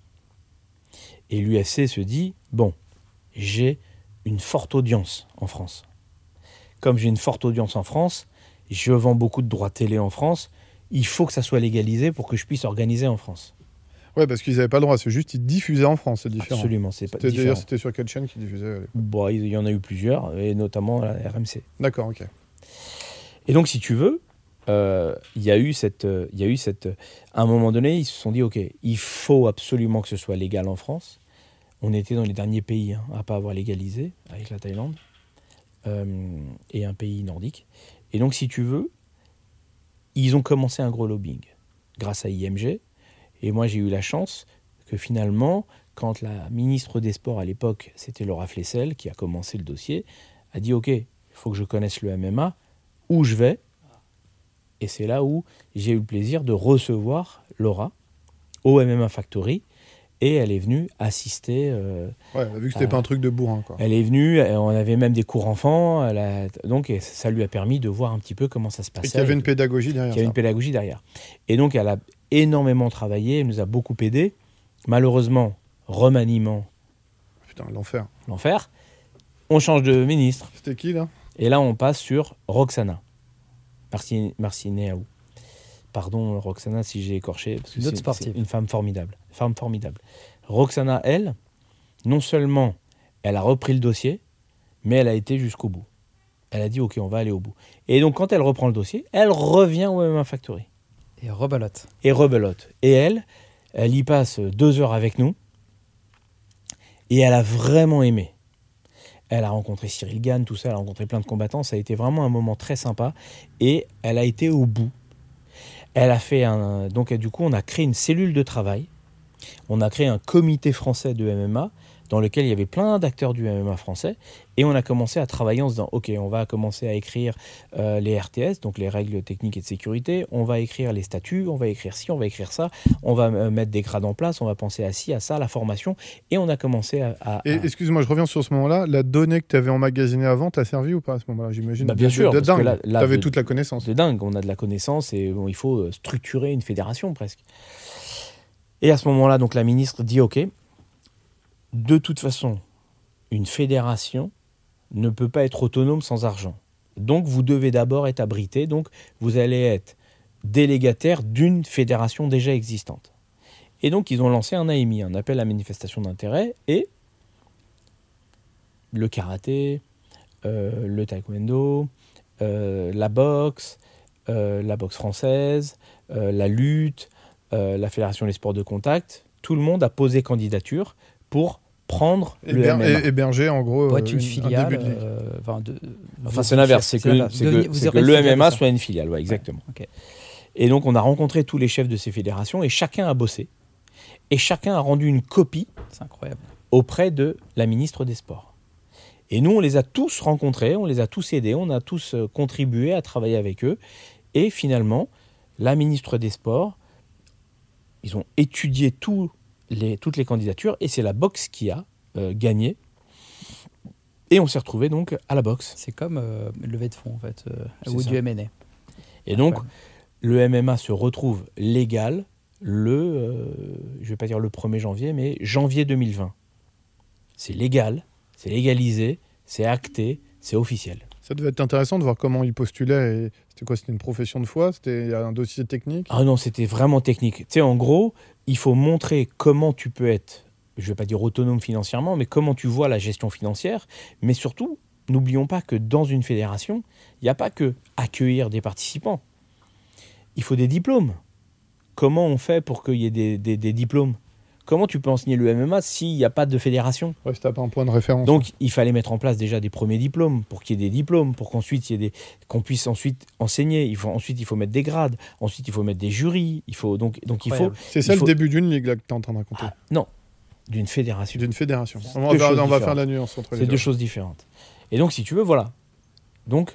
et l'U F C se dit, bon, j'ai une forte audience en France. Comme j'ai une forte audience en France, je vends beaucoup de droits télé en France, il faut que ça soit légalisé pour que je puisse organiser en France. Ouais, parce qu'ils n'avaient pas le droit, c'est juste, ils diffusaient en France, c'est différent. Absolument, c'est pas C'était- différent. D'ailleurs, c'était sur quelle chaîne qu'ils diffusaient à l'époque? Bon, il y en a eu plusieurs, et notamment la R M C. D'accord, ok. Et donc, si tu veux, euh, il y a eu cette, euh, il y a eu cette, à un moment donné, ils se sont dit, ok, il faut absolument que ce soit légal en France. On était dans les derniers pays hein, à pas avoir légalisé, avec la Thaïlande euh, et un pays nordique. Et donc, si tu veux, ils ont commencé un gros lobbying grâce à I M G. Et moi, j'ai eu la chance que finalement, quand la ministre des Sports à l'époque, c'était Laura Flessel, qui a commencé le dossier, a dit, ok, il faut que je connaisse le M M A, où je vais. Et c'est là où j'ai eu le plaisir de recevoir Laura au M M A Factory. Et elle est venue assister. euh, Ouais, vu que c'était Euh, pas un truc de bourrin, quoi. elle est venue, euh, on avait même des cours enfants. Elle a- donc, et ça lui a permis de voir un petit peu comment ça se Et passait. qu'il y avait et une de- pédagogie derrière qu'il y avait ça. une pédagogie derrière. Et donc, elle a énormément travaillé, elle nous a beaucoup aidé. Malheureusement, remaniement, Putain, l'enfer. l'enfer. On change de ministre. C'était qui, là? Et là, on passe sur Roxana Marci- Marcineau. Pardon, Roxana, si j'ai écorché. Parce que Une autre c'est- sportive. c'est une femme formidable. Femme formidable. Roxana, elle, non seulement elle a repris le dossier, mais elle a été jusqu'au bout. Elle a dit, OK, on va aller au bout. Et donc, quand elle reprend le dossier, elle revient au M M A Factory. Et rebalote. Et rebelote. Et elle, elle y passe deux heures avec nous. Et elle a vraiment aimé. Elle a rencontré Cyril Gann, tout ça, elle a rencontré plein de combattants. Ça a été vraiment un moment très sympa. Et elle a été au bout. Elle a fait un... Donc, du coup, on a créé une cellule de travail. On a créé un comité français de M M A dans lequel il y avait plein d'acteurs du M M A français. Et on a commencé à travailler en se disant, OK, on va commencer à écrire euh, les R T S, donc les règles techniques et de sécurité. On va écrire les statuts, on va écrire ci, on va écrire ça. On va euh, mettre des grades en place, on va penser à ci, à ça, à la formation. Et on a commencé à... à- Et à- excuse-moi, je reviens sur ce moment-là. La donnée que tu avais emmagasinée avant, t'a servi ou pas à ce moment-là? J'imagine. Bah, bien de- sûr, De, parce que dingue. là- là, T'avais de- toute la connaissance. de dingue. On a de la connaissance et bon, il faut euh, structurer une fédération presque. Et à ce moment-là, donc la ministre dit OK, de toute façon, une fédération ne peut pas être autonome sans argent. Donc vous devez d'abord être abrité, donc vous allez être délégataire d'une fédération déjà existante. Et donc, ils ont lancé un A M I, un appel à manifestation d'intérêt, et le karaté, euh, le taekwondo, euh, la boxe, euh, la boxe française, euh, la lutte, euh, la fédération des sports de contact, tout le monde a posé candidature pour prendre Et le Ber- M M A. et- héberger en gros Pour euh, être une un filiale. début de ligue. euh, enfin, de- Enfin, vous c'est êtes l'inverse, c'est une que, filiale. c'est Devenez- que, vous c'est aurez que une le filiale M M A de ça. soit une filiale, ouais, exactement. Ok. Et donc, on a rencontré tous les chefs de ces fédérations et chacun a bossé. Et chacun a rendu une copie C'est incroyable. auprès de la ministre des Sports. Et nous, on les a tous rencontrés, on les a tous aidés, on a tous euh, contribué à travailler avec eux. Et finalement, la ministre des Sports, ils ont étudié tous les, toutes les candidatures et c'est la boxe qui a euh, gagné. Et on s'est retrouvés donc à la boxe. C'est comme euh, levée de fonds, en fait, euh, C'est ou ça. du M and A. Et donc, Incroyable. le M M A se retrouve légal le, euh, je ne vais pas dire le premier janvier, mais janvier deux mille vingt. C'est légal, c'est légalisé, c'est acté, c'est officiel. Ça devait être intéressant de voir comment ils postulaient. Et c'était quoi? C'était une profession de foi? C'était un dossier technique? Ah non, c'était vraiment technique. Tu sais, en gros, il faut montrer comment tu peux être, je ne vais pas dire autonome financièrement, mais comment tu vois la gestion financière. Mais surtout, n'oublions pas que dans une fédération, il n'y a pas que accueillir des participants. Il faut des diplômes. Comment on fait pour qu'il y ait des, des, des diplômes? Comment tu peux enseigner le M M A s'il n'y a pas de fédération? Ouais, c'était pas un point de référence. Donc, il fallait mettre en place déjà des premiers diplômes pour qu'il y ait des diplômes, pour qu'ensuite il y ait des, qu'on puisse ensuite enseigner. Il faut ensuite il faut mettre des grades. Ensuite, il faut mettre des jurys. Il faut donc donc il faut Incroyable. c'est ça il le faut- début d'une ligue là que tu es en train de raconter. Ah, non d'une fédération. D'une fédération. C'est On va, deux faire, choses on va différentes. faire la nuance entre les C'est deux. deux choses différentes. Et donc, si tu veux, voilà. Donc,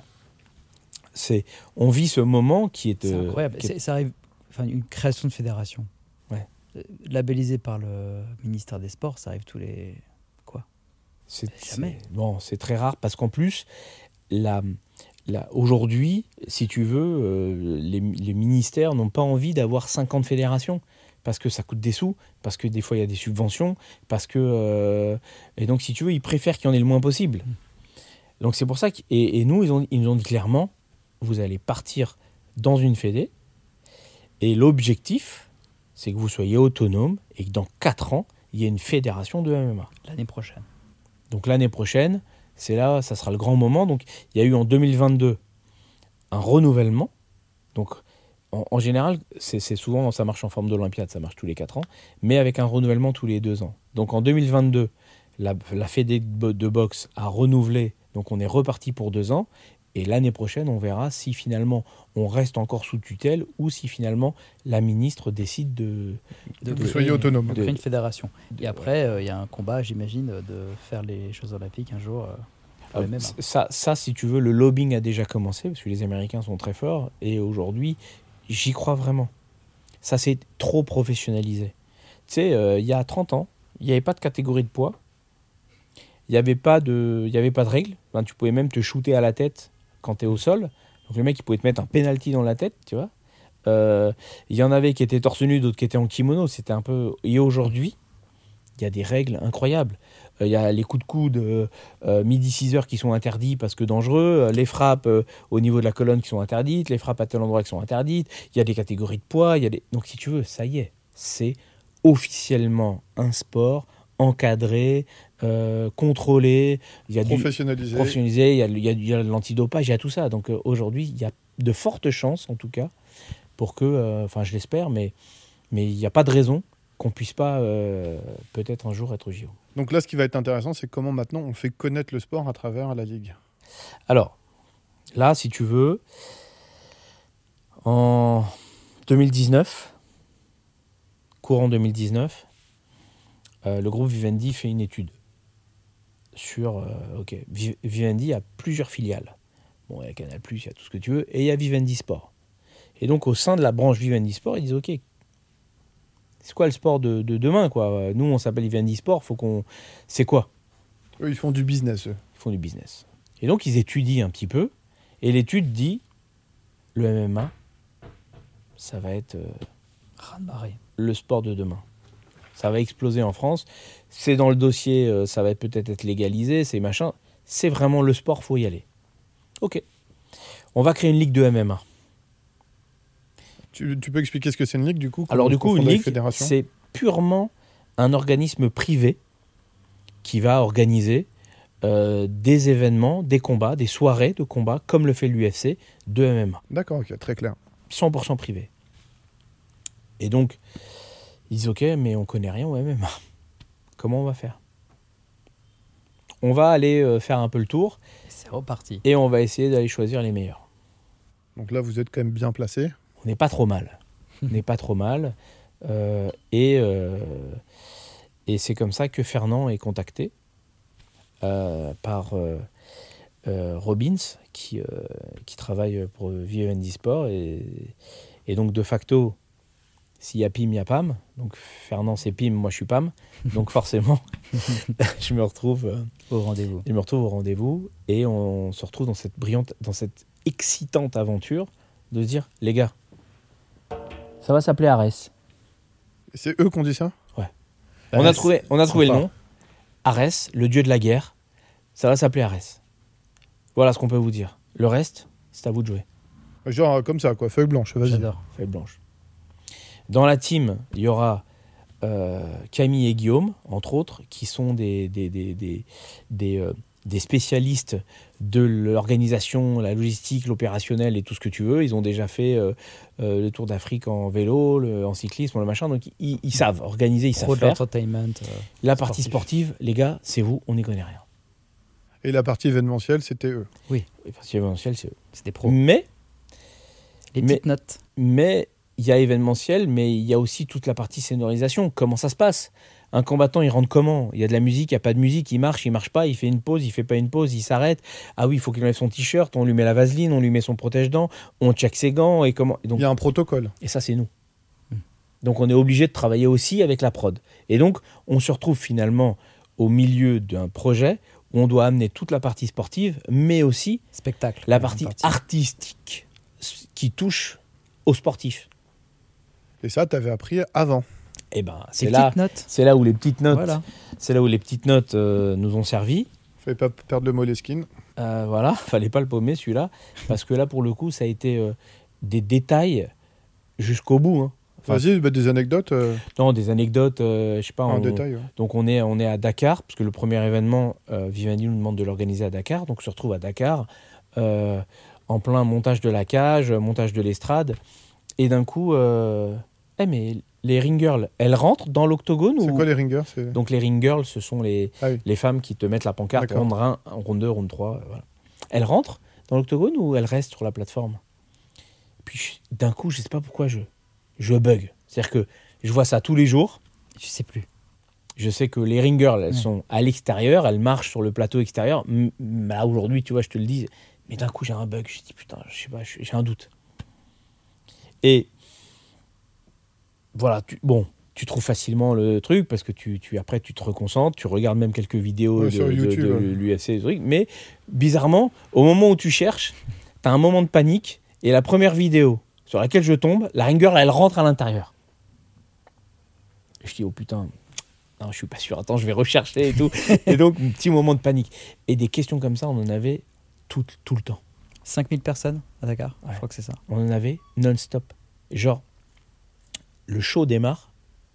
c'est on vit ce moment qui est, C'est euh, incroyable. qui est- C'est- Ça arrive, enfin, une création de fédération. Ouais. Euh, Labellisée par le ministère des Sports, ça arrive tous les. Quoi? C'est, Jamais. c'est- bon, c'est très rare parce qu'en plus, la, la- aujourd'hui, si tu veux, euh, les, les ministères n'ont pas envie d'avoir cinquante fédérations parce que ça coûte des sous, parce que des fois il y a des subventions, parce que euh, et donc si tu veux, ils préfèrent qu'il y en ait le moins possible. Donc c'est pour ça que et, et nous ils, ont, ils nous ont dit clairement, vous allez partir dans une fédé et l'objectif, c'est que vous soyez autonome et que dans quatre ans, il y ait une fédération de M M A. L'année prochaine. Donc l'année prochaine, c'est là, ça sera le grand moment. Donc il y a eu en deux mille vingt-deux un renouvellement. Donc en, en général, c'est, c'est souvent, ça marche en forme d'Olympiade, ça marche tous les quatre ans, mais avec un renouvellement tous les deux ans. Donc en deux mille vingt-deux, la, la fédé de, de boxe a renouvelé, donc on est reparti pour deux ans. Et l'année prochaine, on verra si finalement on reste encore sous tutelle ou si finalement la ministre décide de... De Vous créer soyez une- autonome. de De- créer une fédération. de- Et après, euh, il y a un combat, j'imagine, de faire les Jeux Olympiques un jour. euh, pour les Euh, mêmes. ça, ça, si tu veux, le lobbying a déjà commencé parce que les Américains sont très forts et aujourd'hui, j'y crois vraiment. Ça s'est trop professionnalisé. Tu sais, euh, il y a trente ans, il n'y avait pas de catégorie de poids, il n'y avait pas de, il y avait pas de règles. Enfin, tu pouvais même te shooter à la tête quand tu es au sol. Donc le mec, il pouvait te mettre un penalty dans la tête, tu vois. Euh, Il y en avait qui étaient torse nu, d'autres qui étaient en kimono. C'était un peu. Et aujourd'hui, il y a des règles incroyables. Euh, Il y a les coups de coude euh, euh, midi six heures qui sont interdits parce que dangereux. euh, les frappes euh, au niveau de la colonne qui sont interdites. Les frappes à tel endroit qui sont interdites. Il y a des catégories de poids. Il y a des... Donc si tu veux, ça y est. C'est officiellement un sport encadré, euh, contrôlé. Il y a du Professionnalisé. professionnalisé. Il y a, il y a, il y a l'antidopage. Il y a tout ça. Donc euh, aujourd'hui, il y a de fortes chances, en tout cas, pour que, euh, enfin je l'espère, mais mais il n'y a pas de raison qu'on puisse pas euh, peut-être un jour être J O. Donc là, ce qui va être intéressant, c'est comment maintenant on fait connaître le sport à travers la Ligue. Alors, là, si tu veux, en deux mille dix-neuf, courant deux mille dix-neuf, euh, le groupe Vivendi fait une étude sur... euh, ok, Vi- Vivendi a plusieurs filiales. Bon, il y a Canal+, il y a tout ce que tu veux, et il y a Vivendi Sport. Et donc, au sein de la branche Vivendi Sport, ils disent, ok, c'est quoi le sport de, de demain, quoi? Nous, on s'appelle Vivendi Sport, faut qu'on... C'est quoi? Eux, ils font du business, eux. Ils font du business. Et donc, ils étudient un petit peu. Et l'étude dit, le M M A, ça va être euh, Raz-de-marée. le sport de demain. Ça va exploser en France. C'est dans le dossier, euh, ça va peut-être être légalisé, c'est machin. C'est vraiment le sport, faut y aller. Ok. On va créer une ligue de M M A. Tu, tu peux expliquer ce que c'est une ligue, du coup? Alors qu'on du coup, confond une avec ligue, fédération c'est purement un organisme privé qui va organiser euh, des événements, des combats, des soirées de combat, comme le fait l'U F C, de M M A. D'accord, ok, très clair. cent pour cent privé. Et donc, ils disent, ok, mais on connaît rien au M M A. Comment on va faire ? On va aller euh, faire un peu le tour. C'est reparti. Et on va essayer d'aller choisir les meilleurs. Donc là, vous êtes quand même bien placé. On n'est pas trop mal. On n'est pas trop mal. Euh, et, euh, et c'est comme ça que Fernand est contacté euh, par euh, euh, Robbins, qui, euh, qui travaille pour Vivendi Sport. Et, et donc, de facto, s'il y a Pim, il y a Pam. Donc, Fernand, c'est Pim, moi, je suis Pam. Donc, forcément, je me retrouve euh, au rendez-vous. Je me retrouve au rendez-vous et on se retrouve dans cette brillante, dans cette excitante aventure de se dire, les gars, ça va s'appeler Arès. C'est eux qui ont dit ça ? Ouais. Bah, on a trouvé, on a trouvé le sympa. nom. Arès, le dieu de la guerre. Ça va s'appeler Arès. Voilà ce qu'on peut vous dire. Le reste, c'est à vous de jouer. Genre euh, comme ça, quoi, feuille blanche, vas-y. J'adore. Feuille blanche. Dans la team, il y aura euh, Camille et Guillaume, entre autres, qui sont des, des, des, des, des, euh, des spécialistes de l'organisation, la logistique, l'opérationnel et tout ce que tu veux. Ils ont déjà fait euh, euh, le Tour d'Afrique en vélo, le, en cyclisme, le machin. Donc, ils, ils savent organiser, ils Pro savent de faire. l'entertainment. euh, La partie sportif. sportive, les gars, c'est vous, on n'y connaît rien. Et la partie événementielle, c'était eux. La partie événementielle, c'est eux. C'est des pros. Mais, Les mais- petites notes. mais il y a événementiel, mais il y a aussi toute la partie sonorisation. Comment ça se passe ? Un combattant, il rentre comment ? Il y a de la musique, il n'y a pas de musique, il marche, il marche pas, il fait une pause, il fait pas une pause, il s'arrête. Ah oui, il faut qu'il enlève son t-shirt, on lui met la vaseline, on lui met son protège-dents, on check ses gants et comment. Et donc, Il y a un protocole. et ça, c'est nous. Donc, on est obligé de travailler aussi avec la prod. Et donc, on se retrouve finalement au milieu d'un projet où on doit amener toute la partie sportive, mais aussi Spectacle. la Une partie artistique qui touche aux sportifs. Et ça, t'avais appris avant. Et ben, Les c'est là, petites notes. c'est là où les petites notes, Voilà. c'est là où les petites notes euh, nous ont servi. Fallait pas perdre le Moleskine. Euh, voilà, fallait pas le paumer celui-là, parce que là pour le coup, ça a été euh, des détails jusqu'au bout. Hein. Enfin, Vas-y, bah, des anecdotes euh, non, des anecdotes, euh, je sais pas. en on- détail. ouais. Donc on est, on est à Dakar, parce que le premier événement, euh, Vivendi nous demande de l'organiser à Dakar, donc on se retrouve à Dakar, euh, en plein montage de la cage, montage de l'estrade, et d'un coup, euh, eh mais les ring girls, elles rentrent dans l'octogone C'est ou... quoi les ringers c'est... Donc les ring girls, ce sont les, Ah oui. les femmes qui te mettent la pancarte D'accord. ronde un, ronde deux, ronde trois. euh, Voilà. Elles rentrent dans l'octogone ou elles restent sur la plateforme ? Puis je- d'un coup, je sais pas pourquoi je, je bug. C'est-à-dire que je vois ça tous les jours. Je sais plus. Je sais que les ring girls, elles Ouais. sont à l'extérieur, elles marchent sur le plateau extérieur. M- Là, aujourd'hui, tu vois, je te le dis. Mais d'un coup, j'ai un bug. Je dis, putain, je sais pas, j'ai j'ai un doute. Et voilà, tu, bon, tu trouves facilement le truc parce que tu, tu, après, tu te reconcentres, tu regardes même quelques vidéos Ouais, de, sur de- YouTube, de ouais. l'U F C, des trucs. Mais bizarrement, au moment où tu cherches, tu as un moment de panique et la première vidéo sur laquelle je tombe, la ring girl, elle rentre à l'intérieur. Et je dis, oh putain, non, je suis pas sûr, attends, je vais rechercher et tout. Et donc, un petit moment de panique. Et des questions comme ça, on en avait tout, tout le temps. cinq mille personnes à Dakar. Ouais. Je crois que c'est ça. On en avait non-stop. Genre, le show démarre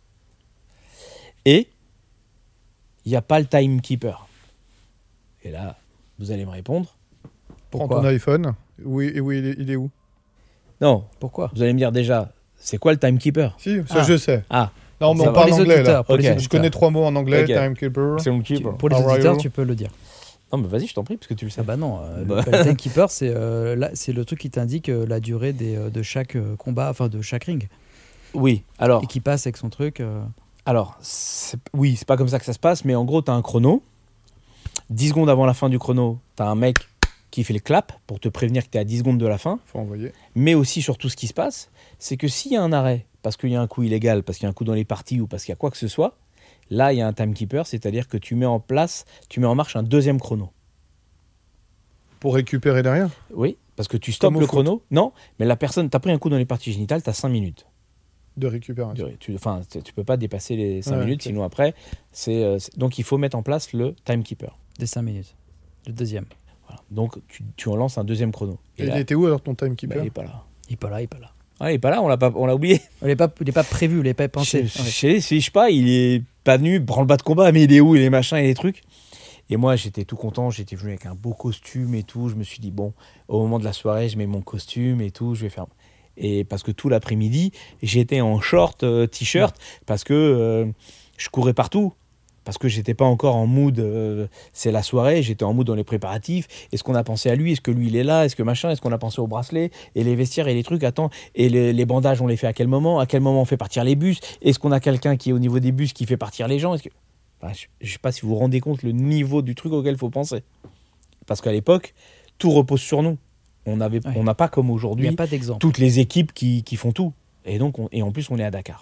et il n'y a pas le timekeeper. Et là, vous allez me répondre. Prends Pourquoi ton iPhone. Oui, et oui, il est, il est où ? Non, Pourquoi vous allez me dire déjà, c'est quoi le timekeeper ? Si, ça Ah. je sais. Ah, Non, mais Ça on va. parle Pour les anglais là. auditeurs. Pour les Ok. auditeurs. Je connais trois mots en anglais. Ok. Timekeeper. c'est mon Tu- keeper. Pour les How are auditeurs, you tu peux le dire. Non, mais vas-y, je t'en prie, parce que tu le sais. Ah bah non, euh, Bah. le timekeeper, c'est euh, là, c'est le truc qui t'indique euh, la durée des, euh, de chaque euh, combat, enfin de chaque ring, Oui, alors, et qui passe avec son truc. euh, alors c'est- oui, c'est pas comme ça que ça se passe, mais en gros, tu as un chrono. dix secondes avant la fin du chrono, tu as un mec qui fait le clap pour te prévenir que tu es à dix secondes de la fin. Faut envoyer. Mais aussi, surtout, ce qui se passe, c'est que s'il y a un arrêt, parce qu'il y a un coup illégal, parce qu'il y a un coup dans les parties ou parce qu'il y a quoi que ce soit, là, il y a un timekeeper, c'est-à-dire que tu mets en place, tu mets en marche un deuxième chrono. Pour récupérer derrière. Oui, parce que tu stoppes Comme au le foot. chrono. Non, mais la personne, t'as pris un coup dans les parties génitales, t'as cinq minutes. De récupération. De- Tu, enfin, t- tu peux pas dépasser les cinq Ouais, minutes, ok. sinon après, c'est, euh, c'est- donc il faut mettre en place le timekeeper. des cinq minutes. Le deuxième. Voilà. Donc tu, tu en lances un deuxième chrono. Et là, il était où alors ton bah, timekeeper il est pas là. Il est pas là, il est pas là. Ah, il est pas là, on l'a pas, on l'a oublié. On l'est pas, il n'est pas prévu, il n'est pas pensé. Je, je, sais, je sais pas, il est pas venu, branle-bas de combat, mais il est où, il est machin et les trucs. Et moi, j'étais tout content, j'étais venu avec un beau costume et tout. Je me suis dit, bon, au moment de la soirée, je mets mon costume et tout, je vais faire. Et parce que tout l'après-midi, j'étais en short, euh, t-shirt, parce que euh, je courais partout. Parce que j'étais pas encore en mood, euh, c'est la soirée, j'étais en mood dans les préparatifs. Est-ce qu'on a pensé à lui? Est-ce que lui il est là? Est-ce que machin? Est-ce qu'on a pensé au bracelet? Et les vestiaires et les trucs, attends, et les, les bandages on les fait à quel moment? À quel moment on fait partir les bus? Est-ce qu'on a quelqu'un qui est au niveau des bus qui fait partir les gens? Est-ce que... Enfin, je, je sais pas si vous vous rendez compte le niveau du truc auquel il faut penser. Parce qu'à l'époque, tout repose sur nous. On avait, Ouais. on n'a pas comme Il n'y aujourd'hui a pas d'exemple. toutes les équipes qui, qui font tout. Et, donc on, et en plus, on est à Dakar.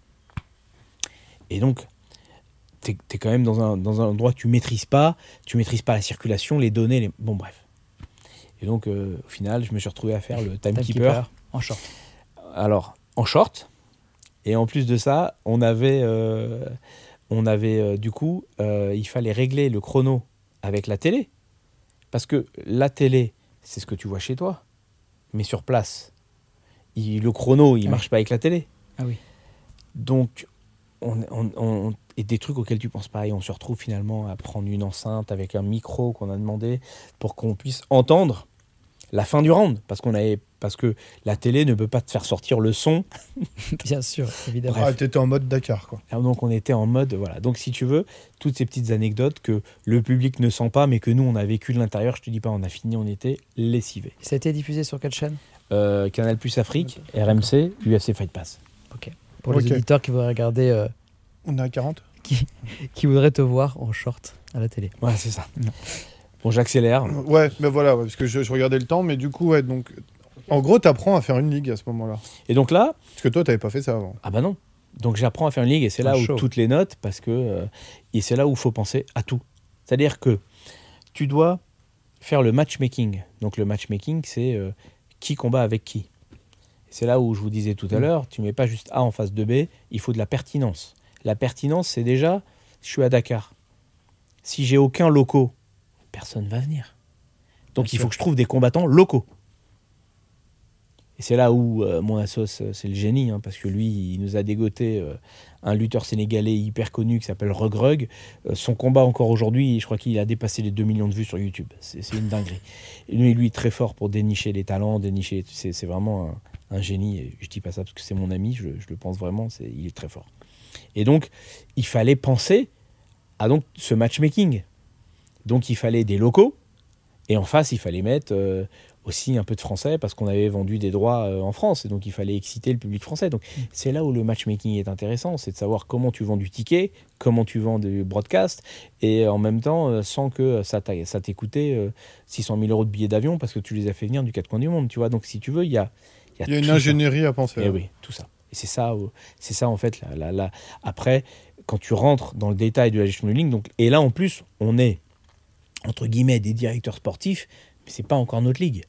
Et donc, tu es quand même dans un, dans un endroit que tu ne maîtrises pas. Tu ne maîtrises pas la circulation, les données. Les... Bon, bref. Et donc, euh, au final, je me suis retrouvé à faire le timekeeper. Timekeeper en short. Alors, en short. Et en plus de ça, on avait, euh, on avait euh, du coup, euh, il fallait régler le chrono avec la télé. Parce que la télé, c'est ce que tu vois chez toi. Mais sur place, il, le chrono, il ne Oui. marche pas avec la télé. Ah oui. Donc, on, on, on, et des trucs auxquels tu ne penses pas. Et on se retrouve finalement à prendre une enceinte avec un micro qu'on a demandé pour qu'on puisse entendre la fin du round. Parce, qu'on avait, parce que la télé ne peut pas te faire sortir le son. Bien sûr, évidemment. Ah, t'étais en mode Dakar, quoi. Alors donc, on était en mode... Voilà. Donc, si tu veux, toutes ces petites anecdotes que le public ne sent pas, mais que nous, on a vécu de l'intérieur, je te dis pas, on a fini, on était lessivés. Ça a été diffusé sur quelle chaîne? Euh, Canal Plus Afrique, R M C, U F C Fight Pass. Ok. Pour les Ok. auditeurs qui voudraient regarder, euh, On est à quarante. qui voudraient te voir en short à la télé. Ouais, c'est ça. Non. Bon, j'accélère. Ouais, mais voilà, ouais, parce que je, je regardais le temps, mais du coup, ouais, donc. En gros, t'apprends à faire une ligue à ce moment-là. Et donc là, Parce que toi, t'avais pas fait ça avant. ah bah non. Donc j'apprends à faire une ligue et c'est là Un où show. toutes les notes, parce que euh, et c'est là où il faut penser à tout. C'est-à-dire que tu dois faire le matchmaking. Donc le matchmaking, c'est euh, qui combat avec qui. Et c'est là où je vous disais tout à Mm. l'heure, tu mets pas juste A en face de B, il faut de la pertinence. La pertinence, c'est déjà, je suis à Dakar. Si j'ai aucun locaux, personne va venir. Donc Bien il faut sûr. que je trouve des combattants locaux. Et c'est là où euh, mon assos, euh, c'est le génie, hein, parce que lui, il nous a dégoté euh, un lutteur sénégalais hyper connu qui s'appelle Rug Rug. Euh, son combat encore aujourd'hui, je crois qu'il a dépassé les deux millions de vues sur YouTube. C'est c'est une dinguerie. Et lui, lui, très fort pour dénicher les talents, dénicher. C'est c'est vraiment un, un génie. Et je dis pas ça parce que c'est mon ami, je, je le pense vraiment. C'est- il est très fort. Et donc, il fallait penser à donc ce matchmaking. Donc, il fallait des locaux. Et en face, il fallait mettre euh, aussi un peu de français parce qu'on avait vendu des droits euh, en France. Et donc, il fallait exciter le public français. Donc, c'est là où le matchmaking est intéressant. C'est de savoir comment tu vends du ticket, comment tu vends du broadcast. Et en même temps, euh, sans que ça t'a- ça t'ait coûté euh, six cent mille euros de billets d'avion parce que tu les as fait venir du quatre coins du monde. Tu vois. Donc, si tu veux, il y a, Il y a une tout ça. ingénierie à penser. Eh oui, tout ça. Et c'est ça, euh, c'est ça en fait. La, la, la- Après, quand tu rentres dans le détail de la gestion de ligne, donc, et là en plus, on est entre guillemets des directeurs sportifs, mais c'est pas encore notre ligue.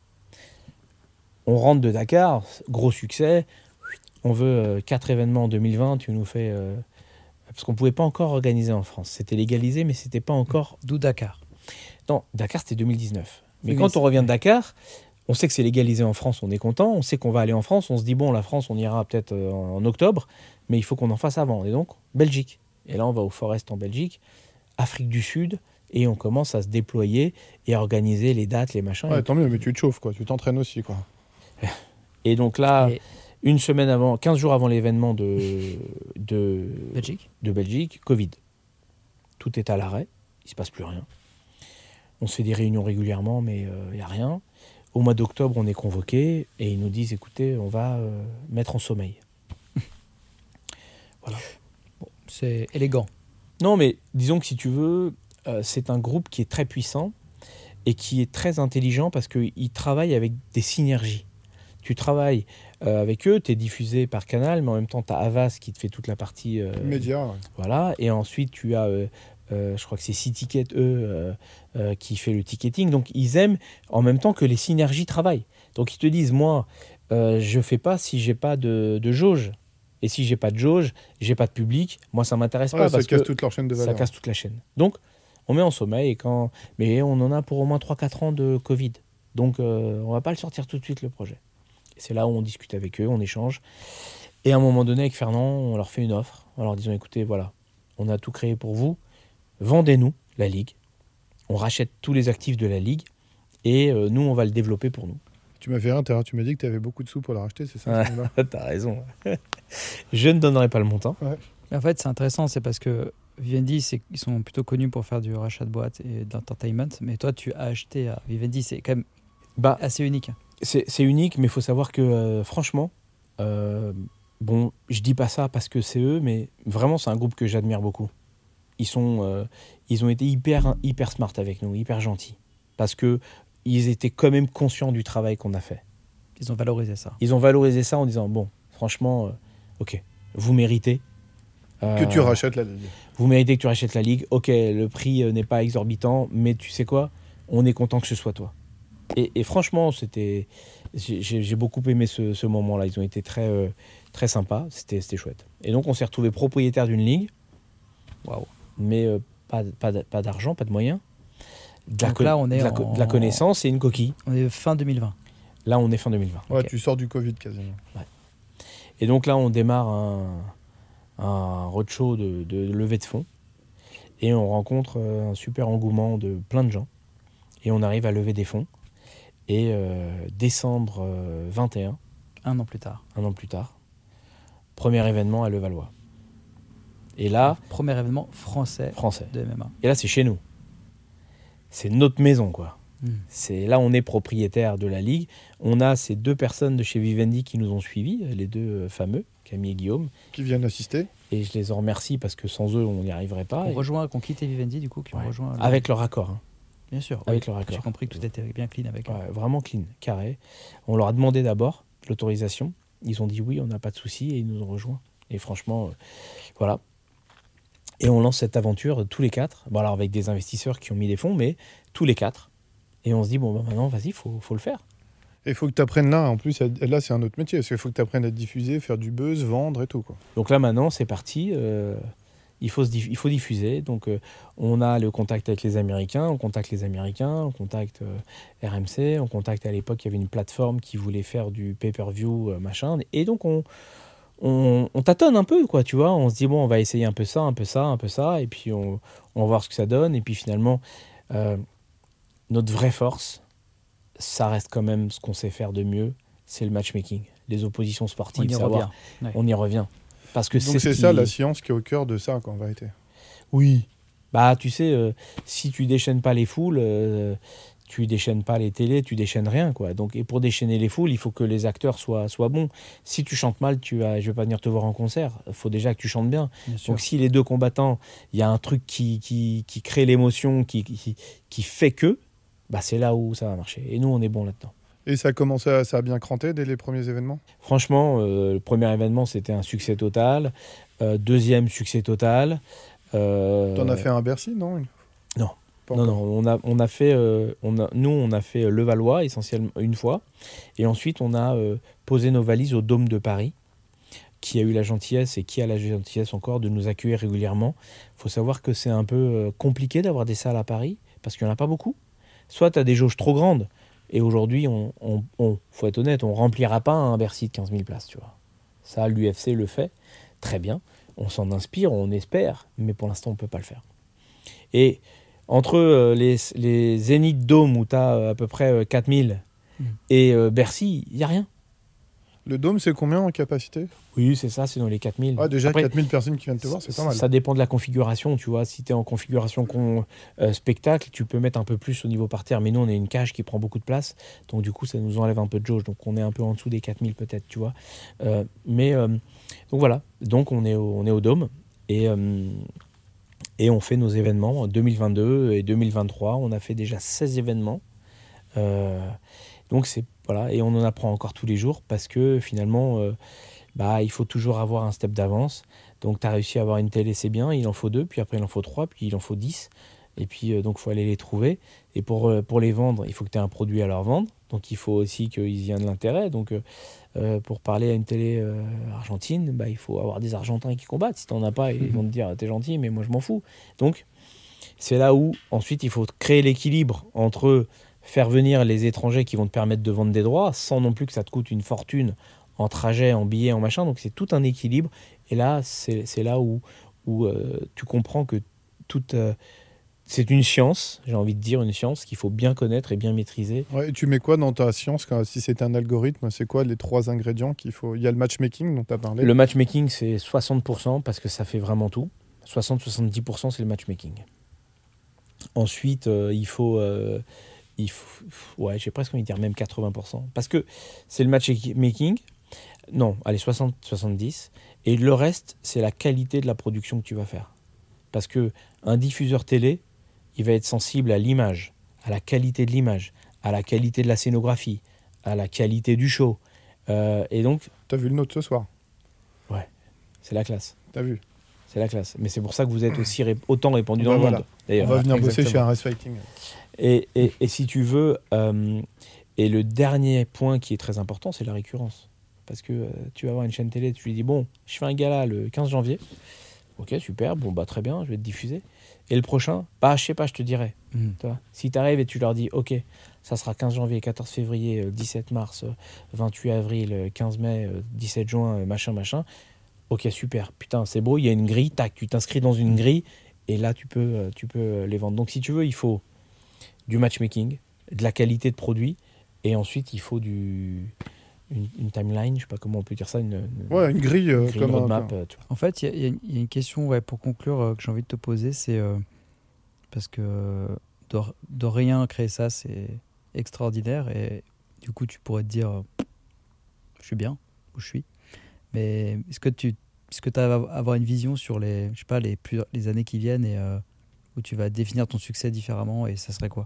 On rentre de Dakar, gros succès. On veut euh, quatre événements en deux mille vingt. Tu nous fais euh, parce qu'on pouvait pas encore organiser en France. C'était légalisé, mais c'était pas encore. D'où Dakar. Non, Dakar c'était deux mille dix-neuf. Mais Oui, quand mais on revient de Dakar, on sait que c'est légalisé en France, on est content, on sait qu'on va aller en France, on se dit bon, la France, on ira peut-être euh, en octobre, mais il faut qu'on en fasse avant. Et donc, Belgique. Et là, on va au Forest en Belgique, Afrique du Sud, et on commence à se déployer et à organiser les dates, les machins. Ouais, tant mieux, mais tu te chauffes, quoi. Tu t'entraînes aussi, quoi. Et donc là, Et une semaine avant, quinze jours avant l'événement de, de, Belgique. de Belgique, Covid. Tout est à l'arrêt, il ne se passe plus rien. On se fait des réunions régulièrement, mais il n'y a rien. Au mois d'octobre, on est convoqué et ils nous disent, écoutez, on va euh, mettre en sommeil. Voilà. C'est élégant. Non, mais disons que si tu veux, euh, c'est un groupe qui est très puissant et qui est très intelligent parce qu'ils travaillent avec des synergies. Tu travailles euh, avec eux, tu es diffusé par Canal, mais en même temps, tu as Havas qui te fait toute la partie... euh, Média, ouais. Voilà, et ensuite tu as, euh, euh, je crois que c'est C-Ticket, eux, euh, euh, qui fait le ticketing. Donc ils aiment en même temps que les synergies travaillent. Donc ils te disent, moi, euh, je fais pas si j'ai pas de, de jauge. Et si j'ai pas de jauge, j'ai pas de public, moi ça m'intéresse Ouais, pas ça parce casse que toute leur chaîne de ça valeur. casse toute la chaîne. Donc on met en sommeil, et quand... mais on en a pour au moins trois quatre ans de Covid. Donc euh, on va pas le sortir tout de suite le projet. C'est là où on discute avec eux, on échange. Et à un moment donné, avec Fernand, on leur fait une offre en leur disant, écoutez, voilà, on a tout créé pour vous, vendez-nous la Ligue, on rachète tous les actifs de la Ligue, et euh, nous, on va le développer pour nous. Tu m'as fait rire, tu m'as dit que tu avais beaucoup de sous pour la racheter, c'est ça? Ouais, t'as raison. Je ne donnerai pas le montant. Ouais. En fait, c'est intéressant, c'est parce que Vivendi, c'est, ils sont plutôt connus pour faire du rachat de boîtes et d'entertainment, mais toi, tu as acheté à Vivendi, c'est quand même bah, assez unique. C'est, c'est unique, mais il faut savoir que, euh, franchement, euh, bon, je dis pas ça parce que c'est eux, mais vraiment, c'est un groupe que j'admire beaucoup. Ils, sont, euh, ils ont été hyper, hyper smart avec nous, hyper gentils, parce que ils étaient quand même conscients du travail qu'on a fait. Ils ont valorisé ça. Ils ont valorisé ça en disant, bon, franchement, euh, ok, vous méritez. Euh, que tu rachètes la Ligue. Vous méritez que tu rachètes la Ligue. Ok, le prix euh, n'est pas exorbitant, mais tu sais quoi, on est content que ce soit toi. Et, et franchement, c'était, j'ai, j'ai beaucoup aimé ce, ce moment-là. Ils ont été très, euh, très sympas, c'était, c'était chouette. Et donc, on s'est retrouvé propriétaire d'une Ligue. Waouh. Mais euh, pas, pas, pas d'argent, pas de moyens. De la, donc là, on est de, la, en... de la connaissance et une coquille. On est fin deux mille vingt. Là, on est fin deux mille vingt. Ouais, okay. Tu sors du Covid quasiment. Ouais. Et donc là, on démarre un, un roadshow de, de, de levée de fonds. Et on rencontre un super engouement de plein de gens. Et on arrive à lever des fonds. Et euh, décembre euh, vingt et un. Un an plus tard. Un an plus tard. Premier événement à Levallois. Et là... Premier événement français, français. de M M A. Et là, c'est chez nous. C'est notre maison, quoi. Mmh. C'est, là, on est propriétaire de la Ligue. On a ces deux personnes de chez Vivendi qui nous ont suivis, les deux fameux, Camille et Guillaume. Qui viennent assister. Et je les en remercie parce que sans eux, on n'y arriverait pas. On et... rejoint, qu'on quittait Vivendi, du coup, qui ouais. ont rejoint... Le... Avec leur accord. Hein. Bien sûr. Avec oui. leur accord. J'ai compris que tout était bien clean avec eux. Ouais, vraiment clean, carré. On leur a demandé d'abord l'autorisation. Ils ont dit oui, on n'a pas de souci et ils nous ont rejoints. Et franchement, euh, voilà. Et on lance cette aventure tous les quatre. Bon, alors avec des investisseurs qui ont mis des fonds, mais tous les quatre. Et on se dit, bon, bah maintenant, vas-y, il faut, faut le faire. Et il faut que tu apprennes là, en plus, là, c'est un autre métier. Parce qu'il faut que tu apprennes à diffuser, faire du buzz, vendre et tout, quoi. Donc là, maintenant, c'est parti. Euh, il, faut se diff- il faut diffuser. Donc, euh, on a le contact avec les Américains. On contacte les Américains. On contacte euh, R M C. On contacte, à l'époque, il y avait une plateforme qui voulait faire du pay-per-view, euh, machin. Et donc, on... On, on tâtonne un peu, quoi, tu vois. On se dit, bon, on va essayer un peu ça, un peu ça, un peu ça, et puis on, on va voir ce que ça donne. Et puis finalement, euh, notre vraie force, ça reste quand même ce qu'on sait faire de mieux, c'est le matchmaking. Les oppositions sportives, on y savoir, revient. Ouais. On y revient. Parce que Donc c'est, c'est ce ça, qui... la science qui est au cœur de ça, quoi, en vérité. Oui. Bah, tu sais, euh, si tu déchaînes pas les foules... Euh, tu déchaînes pas les télés, tu déchaînes rien, quoi. Donc, et pour déchaîner les foules, il faut que les acteurs soient, soient bons. Si tu chantes mal, tu vas, je vais pas venir te voir en concert. Il faut déjà que tu chantes bien. bien sûr. Donc si les deux combattants, il y a un truc qui, qui, qui crée l'émotion, qui, qui, qui fait que, bah c'est là où ça va marcher. Et nous, on est bon là-dedans. Et ça a commencé, à, ça a bien cranté dès les premiers événements? Franchement, euh, le premier événement, c'était un succès total. Euh, deuxième, succès total. Euh... T'en as fait un à Bercy, non? Non. Non, non, on a, on a fait, euh, on a, nous, on a fait Levallois essentiellement une fois. Et ensuite, on a euh, posé nos valises au Dôme de Paris, qui a eu la gentillesse et qui a la gentillesse encore de nous accueillir régulièrement. Il faut savoir que c'est un peu euh, compliqué d'avoir des salles à Paris, parce qu'il n'y en a pas beaucoup. Soit tu as des jauges trop grandes, et aujourd'hui, on, on, on, faut être honnête, on ne remplira pas un Bercy de quinze mille places, tu vois. Ça, l'U F C le fait, très bien. On s'en inspire, on espère, mais pour l'instant, on ne peut pas le faire. Et... Entre euh, les, les Zénith Dôme où tu as euh, à peu près euh, quatre mille mmh. et euh, Bercy, il n'y a rien. Le Dôme, c'est combien en capacité? Oui, c'est ça, c'est dans les quatre mille. Ah, déjà, Après, quatre mille personnes qui viennent te voir, c'est pas mal. Ça dépend de la configuration, tu vois. Si tu es en configuration con, euh, spectacle, tu peux mettre un peu plus au niveau parterre. Mais nous, on est une cage qui prend beaucoup de place. Donc, du coup, ça nous enlève un peu de jauge. Donc, on est un peu en dessous des quatre mille peut-être, tu vois. Euh, mais, euh, donc voilà. Donc, on est au, on est au Dôme. Et... Euh, Et on fait nos événements en deux mille vingt-deux et deux mille vingt-trois. On a fait déjà seize événements. Euh, donc c'est, voilà, et on en apprend encore tous les jours parce que finalement, euh, bah, il faut toujours avoir un step d'avance. Donc tu as réussi à avoir une télé, c'est bien. Il en faut deux, puis après il en faut trois, puis il en faut dix. Et puis euh, donc il faut aller les trouver. Et pour, euh, pour les vendre, il faut que tu aies un produit à leur vendre. Donc il faut aussi qu'ils y aient de l'intérêt. Donc euh, pour parler à une télé euh, argentine, bah, il faut avoir des Argentins qui combattent. Si tu n'en as pas, ils vont te dire t'es gentil, mais moi je m'en fous. Donc c'est là où ensuite il faut créer l'équilibre entre faire venir les étrangers qui vont te permettre de vendre des droits sans non plus que ça te coûte une fortune en trajet, en billets, en machin. Donc c'est tout un équilibre. Et là, c'est, c'est là où, où euh, tu comprends que tout, euh, c'est une science, j'ai envie de dire une science qu'il faut bien connaître et bien maîtriser. Ouais, et tu mets quoi dans ta science quand, si c'est un algorithme, c'est quoi les trois ingrédients qu'il faut? Il y a le matchmaking dont tu as parlé. Le matchmaking, c'est soixante pour cent parce que ça fait vraiment tout. soixante à soixante-dix pour cent, c'est le matchmaking. Ensuite, euh, il faut... Euh, il faut ouais, j'ai presque envie de dire même quatre-vingts pour cent. Parce que c'est le matchmaking. Non, allez, soixante à soixante-dix. Et le reste, c'est la qualité de la production que tu vas faire. Parce qu'un diffuseur télé, il va être sensible à l'image, à la qualité de l'image, à la qualité de la scénographie, à la qualité du show. Euh, et donc... T'as vu le nôtre ce soir? Ouais, c'est la classe. T'as vu? C'est la classe. Mais c'est pour ça que vous êtes aussi ré- autant répandu dans Ben le voilà. monde. D'ailleurs, on va venir exactement. bosser chez R S Fighting. Et, et, et si tu veux... Euh, et le dernier point qui est très important, c'est la récurrence. Parce que euh, tu vas avoir une chaîne télé, tu lui dis, bon, je fais un gala le quinze janvier. Ok, super, bon, bah très bien, je vais te diffuser. Et le prochain, bah je sais pas, je te dirai. Mmh. Tu vois, si tu arrives et tu leur dis, ok, ça sera quinze janvier, quatorze février, dix-sept mars, vingt-huit avril, quinze mai, dix-sept juin, machin, machin. Ok, super, putain, c'est beau, il y a une grille, tac, tu t'inscris dans une grille, et là, tu peux, tu peux les vendre. Donc, si tu veux, il faut du matchmaking, de la qualité de produit, et ensuite, il faut du... Une, une timeline, je sais pas comment on peut dire ça, une, une, Ouais, une grille, euh, une grille, comme une un- roadmap. euh, tu vois. En fait, il y, y, y a une question ouais, pour conclure euh, que j'ai envie de te poser, c'est euh, parce que euh, de, de rien créer ça, c'est extraordinaire et du coup, tu pourrais te dire, euh, je suis bien où je suis. Mais est-ce que tu est-ce que tu vas avoir une vision sur les, je sais pas, les, plus, les années qui viennent et euh, où tu vas définir ton succès différemment et ça serait quoi?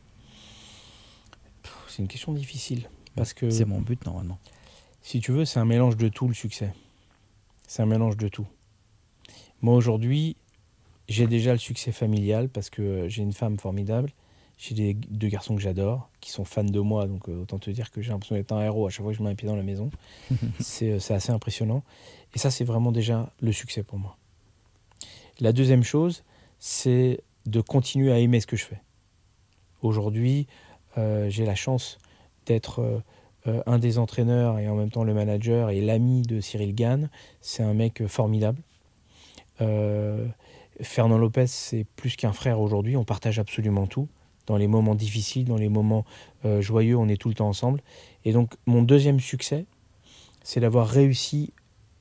C'est une question difficile. Parce que, C'est mon but normalement. si tu veux, c'est un mélange de tout, le succès. C'est un mélange de tout. Moi, aujourd'hui, j'ai déjà le succès familial parce que euh, j'ai une femme formidable. J'ai des, deux garçons que j'adore, qui sont fans de moi. Donc, euh, autant te dire que j'ai l'impression d'être un héros à chaque fois que je mets un pied dans la maison. c'est, euh, c'est assez impressionnant. Et ça, c'est vraiment déjà le succès pour moi. La deuxième chose, c'est de continuer à aimer ce que je fais. Aujourd'hui, euh, j'ai la chance d'être euh, euh, un des entraîneurs et en même temps le manager et l'ami de Cyril Gane. C'est un mec formidable. Euh, Fernand Lopez, c'est plus qu'un frère aujourd'hui. On partage absolument tout. Dans les moments difficiles, dans les moments euh, joyeux, on est tout le temps ensemble. Et donc, mon deuxième succès, c'est d'avoir réussi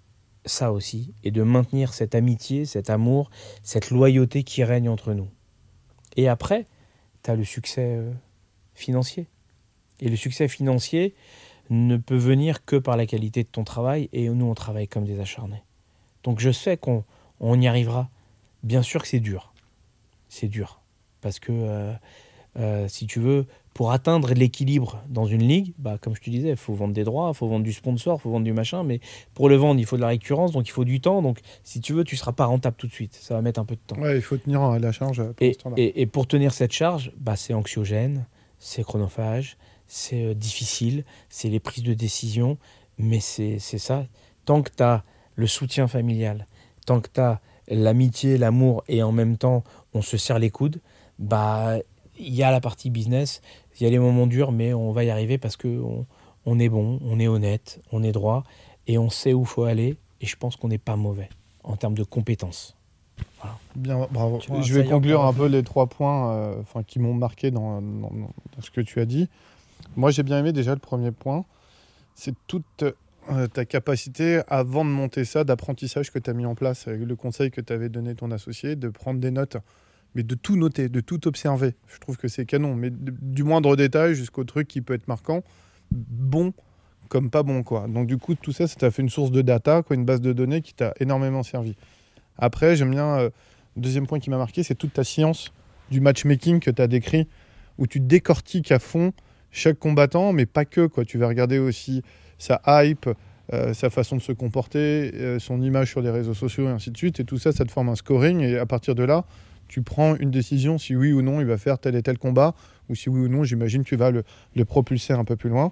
ça aussi et de maintenir cette amitié, cet amour, cette loyauté qui règne entre nous. Et après, tu as le succès euh, financier. Et le succès financier ne peut venir que par la qualité de ton travail. Et nous, on travaille comme des acharnés. Donc, je sais qu'on on y arrivera. Bien sûr que c'est dur. C'est dur. Parce que, euh, euh, si tu veux, pour atteindre l'équilibre dans une ligue, bah, comme je te disais, il faut vendre des droits, il faut vendre du sponsor, il faut vendre du machin. Mais pour le vendre, il faut de la récurrence, donc il faut du temps. Donc, si tu veux, tu ne seras pas rentable tout de suite. Ça va mettre un peu de temps. Ouais, il faut tenir à la charge pour Et, le standard. et, et pour tenir cette charge, bah, c'est anxiogène, c'est chronophage, c'est euh, difficile, c'est les prises de décision, mais c'est, c'est ça. Tant que tu as le soutien familial, tant que tu as l'amitié, l'amour, et en même temps, on se serre les coudes, bah, il y a la partie business, il y a les moments durs, mais on va y arriver parce qu'on on est bon, on est honnête, on est droit, et on sait où il faut aller, et je pense qu'on n'est pas mauvais en termes de compétences. Voilà. Bien, bravo. Tu vois, Je ça vais y est, conclure encore un peu les trois points euh, enfin, qui m'ont marqué dans, dans- dans ce que tu as dit. Moi, j'ai bien aimé déjà le premier point. C'est toute euh, ta capacité, avant de monter ça, d'apprentissage que tu as mis en place, avec le conseil que tu avais donné ton associé, de prendre des notes, mais de tout noter, de tout observer. Je trouve que c'est canon, mais de- du moindre détail jusqu'au truc qui peut être marquant, bon comme pas bon, quoi. Donc du coup, tout ça, ça t'a fait une source de data, quoi, une base de données qui t'a énormément servi. Après, j'aime bien, euh, le deuxième point qui m'a marqué, c'est toute ta science du matchmaking que tu as décrit, où tu décortiques à fond chaque combattant, mais pas que, quoi. Tu vas regarder aussi sa hype, euh, sa façon de se comporter, euh, son image sur les réseaux sociaux, et ainsi de suite. Et tout ça, ça te forme un scoring. Et à partir de là, tu prends une décision si oui ou non il va faire tel et tel combat, ou si oui ou non, j'imagine, tu vas le, le propulser un peu plus loin.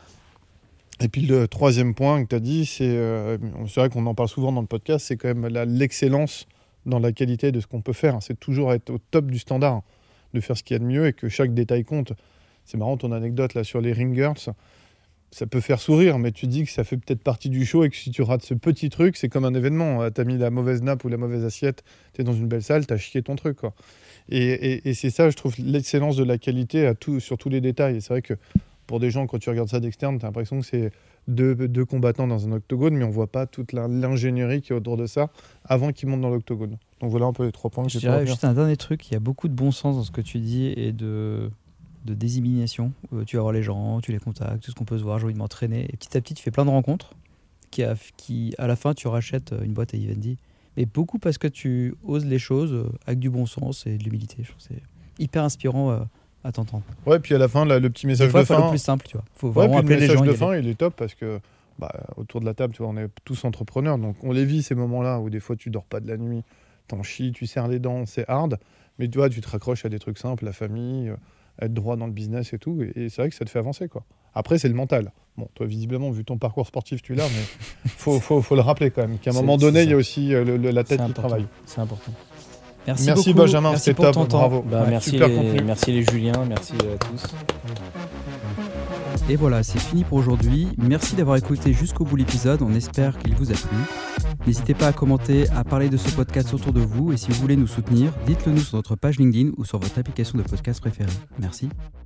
Et puis le troisième point que tu as dit, c'est, euh, c'est vrai qu'on en parle souvent dans le podcast, c'est quand même la, l'excellence dans la qualité de ce qu'on peut faire. C'est toujours être au top du standard, de faire ce qu'il y a de mieux et que chaque détail compte. C'est marrant ton anecdote là sur les ringers. Ça peut faire sourire, mais tu dis que ça fait peut-être partie du show et que si tu rates ce petit truc, c'est comme un événement. T'as mis la mauvaise nappe ou la mauvaise assiette, t'es dans une belle salle, t'as chié ton truc, quoi. Et, et, et c'est ça, je trouve, l'excellence de la qualité à tout, sur tous les détails. Et c'est vrai que pour des gens, quand tu regardes ça d'externe, t'as l'impression que c'est deux, deux combattants dans un octogone, mais on voit pas toute la, l'ingénierie qui est autour de ça avant qu'ils montent dans l'octogone. Donc voilà un peu les trois points que je j'ai dirais juste un dernier truc, il y a beaucoup de bon sens dans ce que tu dis et de... de désélimination, euh, tu vas voir les gens, tu les contactes, tout ce qu'on peut se voir, j'ai envie de m'entraîner, et petit à petit tu fais plein de rencontres, qui, a, qui à la fin tu rachètes une boîte à Vivendi, mais beaucoup parce que tu oses les choses euh, avec du bon sens et de l'humilité. Je trouve que c'est hyper inspirant euh, à t'entendre. Ouais, puis à la fin, là, le petit message Des fois, de faut fin... le plus simple, tu vois. Faut ouais, vraiment puis le appeler les message gens. de fin, il est top parce que bah, autour de la table, tu vois, on est tous entrepreneurs, donc on les vit ces moments-là où des fois tu dors pas de la nuit, t'en chies, tu serres les dents, c'est hard, mais tu vois, tu te raccroches à des trucs simples, la famille... Euh, être droit dans le business et tout, et, et c'est vrai que ça te fait avancer, quoi. Après, c'est le mental. Bon, toi, visiblement, vu ton parcours sportif, tu l'as, mais faut, faut, faut le rappeler quand même, qu'à un C'est- moment c'est donné, ça. il y a aussi euh, le- le- la tête C'est qui important. travaille. C'est important. Merci, Merci beaucoup. Benjamin, merci c'était pour top, ton temps. bravo. Bah, Ouais, merci, super les, contenu. merci les Juliens, merci à tous. Et voilà, c'est fini pour aujourd'hui. Merci d'avoir écouté jusqu'au bout l'épisode. On espère qu'il vous a plu. N'hésitez pas à commenter, à parler de ce podcast autour de vous. Et si vous voulez nous soutenir, dites-le nous sur notre page LinkedIn ou sur votre application de podcast préférée. Merci.